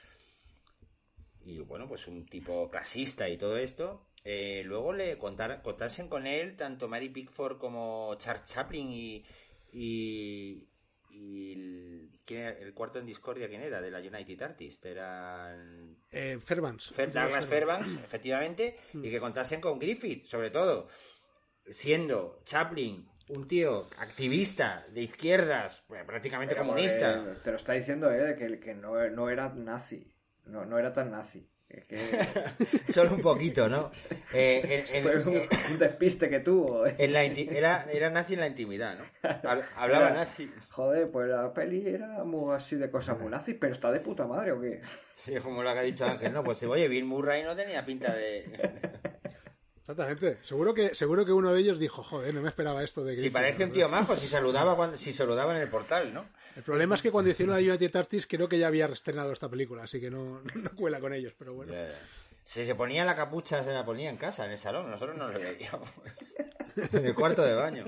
[SPEAKER 3] y bueno, pues un tipo clasista y todo esto, luego le contasen con él tanto Mary Pickford como Charles Chaplin y ¿quién era? El cuarto en discordia, ¿quién era? De la United Artists, eran...
[SPEAKER 4] Fairbanks.
[SPEAKER 3] Douglas Fairbanks, efectivamente, y que contasen con Griffith, sobre todo, siendo Chaplin un tío activista de izquierdas, prácticamente comunista.
[SPEAKER 5] Te lo está diciendo que no era nazi, no era tan nazi.
[SPEAKER 3] Solo un poquito, ¿no?
[SPEAKER 5] Fue un despiste que tuvo.
[SPEAKER 3] Era nazi en la intimidad, ¿no? Hablaba nazi.
[SPEAKER 5] Joder, pues la peli era muy así de cosas muy nazis, pero está de puta madre, ¿o qué?
[SPEAKER 3] Sí, como lo que ha dicho Ángel, ¿no? Pues oye, Bill Murray no tenía pinta de...
[SPEAKER 4] Exactamente. Seguro que uno de ellos dijo, joder, no me esperaba esto de Griffith.
[SPEAKER 3] Si parece un tío majo, si saludaba en el portal, ¿no?
[SPEAKER 4] El problema es que cuando hicieron la United Artists creo que ya había estrenado esta película, así que no cuela con ellos, pero bueno.
[SPEAKER 3] Si se ponía la capucha, se la ponía en casa, en el salón, nosotros no lo veíamos. En el cuarto de baño.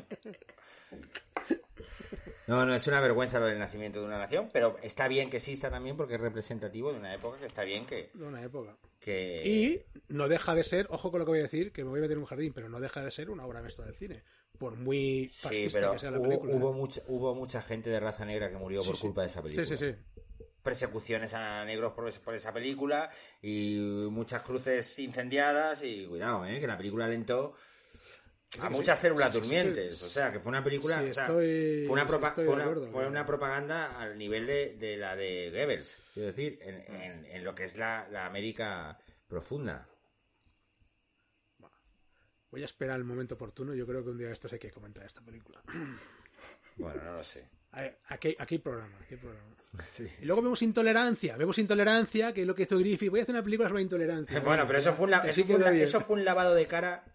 [SPEAKER 3] No, es una vergüenza lo del nacimiento de una nación, pero está bien que exista también porque es representativo de una época que está bien que...
[SPEAKER 4] De una época.
[SPEAKER 3] Que...
[SPEAKER 4] Y no deja de ser, ojo con lo que voy a decir, que me voy a meter en un jardín, pero no deja de ser una obra maestra del cine, por muy fascista que sea la película.
[SPEAKER 3] Hubo mucha gente de raza negra que murió por culpa de esa película.
[SPEAKER 4] Sí.
[SPEAKER 3] Persecuciones a negros por esa película y muchas cruces incendiadas y cuidado, que la película alentó a muchas células durmientes, o sea, que fue una película, fue una propaganda al nivel de la de Goebbels, quiero decir, en lo que es la América profunda.
[SPEAKER 4] Voy a esperar el momento oportuno, yo creo que un día de estos hay que comentar esta película.
[SPEAKER 3] Bueno, no lo sé.
[SPEAKER 4] Aquí hay programa.
[SPEAKER 3] Sí.
[SPEAKER 4] Y luego vemos intolerancia, que es lo que hizo Griffith. Voy a hacer una película sobre intolerancia.
[SPEAKER 3] Bueno, pero eso fue un lavado de cara.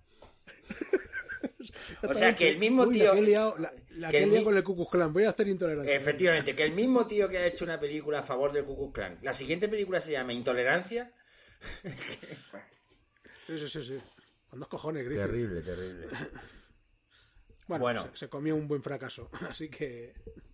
[SPEAKER 3] O sea, que el mismo tío...
[SPEAKER 4] La que he liado con el Ku Klux Klan. Voy a hacer intolerancia.
[SPEAKER 3] Efectivamente, que el mismo tío que ha hecho una película a favor del Ku Klux Klan, la siguiente película se llama Intolerancia.
[SPEAKER 4] Sí. Con 2 cojones, Griffith.
[SPEAKER 3] Terrible.
[SPEAKER 4] Bueno. Se comió un buen fracaso, así que...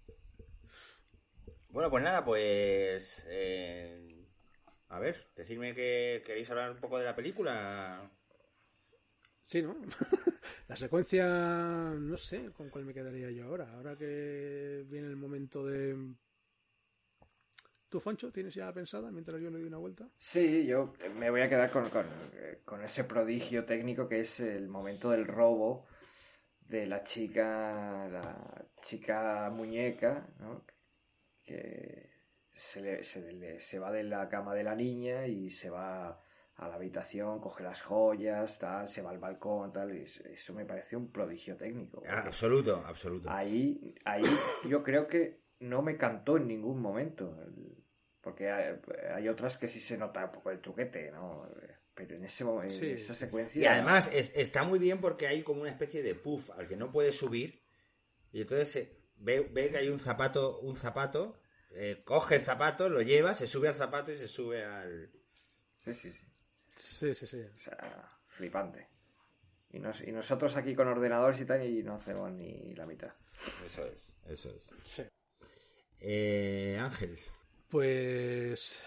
[SPEAKER 3] Bueno, pues nada, pues... A ver, decidme que queréis hablar un poco de la película.
[SPEAKER 4] Sí, ¿no? La secuencia, no sé con cuál me quedaría yo ahora. Ahora que viene el momento de ¿Tú, Foncho, tienes ya pensada mientras yo le doy una vuelta?
[SPEAKER 5] Sí, yo me voy a quedar con ese prodigio técnico que es el momento del robo de la chica muñeca, ¿no? Que se va de la cama de la niña y se va a la habitación, coge las joyas, tal, se va al balcón, tal, y eso me parece un prodigio técnico.
[SPEAKER 3] Absoluto.
[SPEAKER 5] Ahí yo creo que no me cantó en ningún momento, porque hay otras que sí se nota un poco el truquete, ¿no? Pero en ese momento, en esa secuencia...
[SPEAKER 3] Y además está muy bien porque hay como una especie de puff al que no puede subir, y entonces ve que hay un zapato, coge el zapato, lo lleva, se sube al zapato y se sube al...
[SPEAKER 5] Sí.
[SPEAKER 4] Sí.
[SPEAKER 5] O sea, flipante. Y nosotros aquí con ordenadores y tal, y no hacemos ni la mitad.
[SPEAKER 3] Eso es.
[SPEAKER 4] Sí.
[SPEAKER 3] Ángel.
[SPEAKER 4] Pues...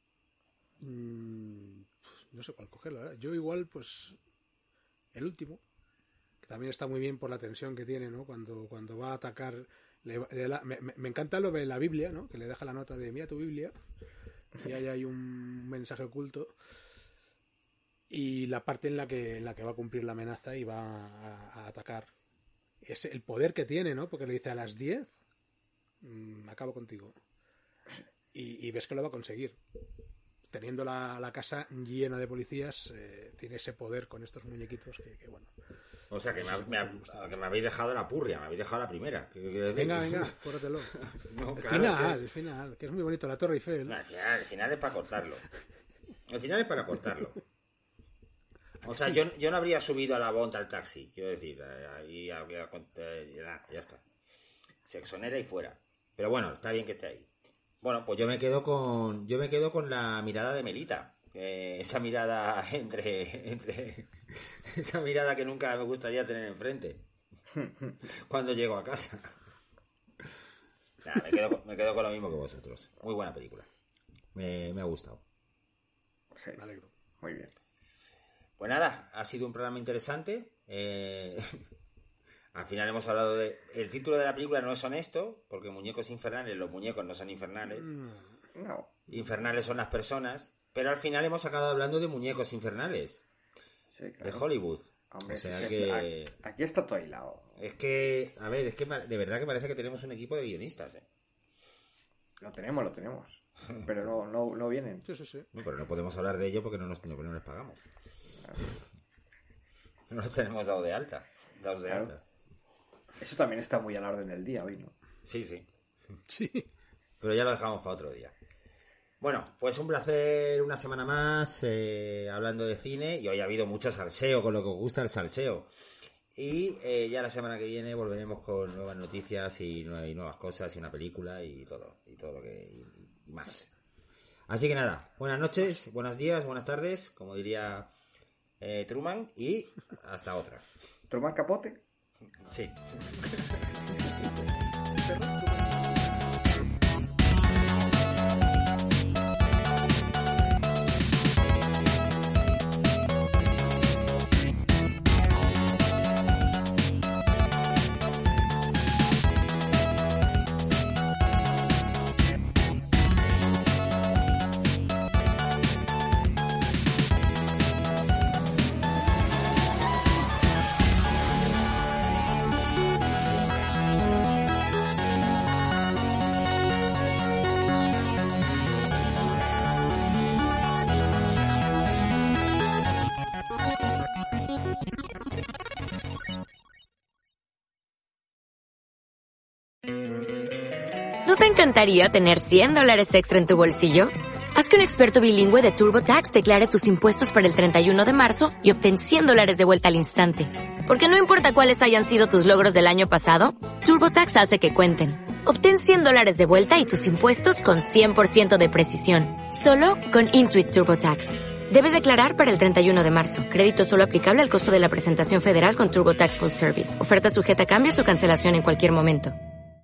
[SPEAKER 4] no sé cuál coger, la verdad. Yo igual, pues... El último. Que también está muy bien por la tensión que tiene, ¿no? Cuando va a atacar... Me encanta lo de la Biblia, ¿no? Que le deja la nota de mira tu Biblia. Y ahí hay un mensaje oculto. Y la parte en la que va a cumplir la amenaza y va a atacar. Es el poder que tiene, ¿no? Porque le dice a las 10 acabo contigo. Y ves que lo va a conseguir. Teniendo la casa llena de policías, tiene ese poder con estos muñequitos que bueno.
[SPEAKER 3] O sea, que me habéis dejado la purria, me habéis dejado la primera.
[SPEAKER 4] Venga, córretelo.
[SPEAKER 3] No,
[SPEAKER 4] el final, que es muy bonito, la Torre Eiffel.
[SPEAKER 3] No, el final es para cortarlo. O sea,
[SPEAKER 4] sí.
[SPEAKER 3] yo no habría subido a la Bond al taxi, quiero decir, ahí ya está. Se exonera y fuera. Pero bueno, está bien que esté ahí. Bueno, pues yo me quedo con la mirada de Melita. Esa mirada esa mirada que nunca me gustaría tener enfrente cuando llego a casa. Nah, me quedo con lo mismo que vosotros. Muy buena película. Me ha gustado.
[SPEAKER 5] Sí,
[SPEAKER 4] Me alegro.
[SPEAKER 5] muy bien.
[SPEAKER 3] Pues nada, ha sido un programa interesante. Al final hemos hablado de... El título de la película no es honesto, porque muñecos infernales, los muñecos no son infernales.
[SPEAKER 5] No.
[SPEAKER 3] Infernales son las personas. Pero al final hemos acabado hablando de muñecos infernales.
[SPEAKER 5] Sí, claro.
[SPEAKER 3] De Hollywood.
[SPEAKER 5] Hombre,
[SPEAKER 3] o sea que...
[SPEAKER 5] Aquí está todo hilado.
[SPEAKER 3] Es que de verdad que parece que tenemos un equipo de guionistas, ¿eh?
[SPEAKER 5] Lo tenemos. Pero no vienen.
[SPEAKER 4] Sí.
[SPEAKER 3] No, pero no podemos hablar de ello porque no les pagamos. No los tenemos dados de alta.
[SPEAKER 5] Claro. Eso también está muy a la orden del día hoy, ¿no?
[SPEAKER 3] Sí.
[SPEAKER 4] Sí.
[SPEAKER 3] Pero ya lo dejamos para otro día. Bueno, pues un placer una semana más hablando de cine. Y hoy ha habido mucho salseo, con lo que os gusta el salseo. Y ya la semana que viene volveremos con nuevas noticias y nuevas cosas y una película y todo lo que y más. Así que nada, buenas noches, buenos días, buenas tardes, como diría Truman, y hasta otra.
[SPEAKER 5] ¿Truman Capote?
[SPEAKER 3] Sí.
[SPEAKER 7] ¿No te encantaría tener $100 extra en tu bolsillo? Haz que un experto bilingüe de TurboTax declare tus impuestos para el 31 de marzo y obtén $100 de vuelta al instante. Porque no importa cuáles hayan sido tus logros del año pasado, TurboTax hace que cuenten. Obtén $100 de vuelta y tus impuestos con 100% de precisión. Solo con Intuit TurboTax. Debes declarar para el 31 de marzo. Crédito solo aplicable al costo de la presentación federal con TurboTax Full Service. Oferta sujeta a cambios o cancelación en cualquier momento.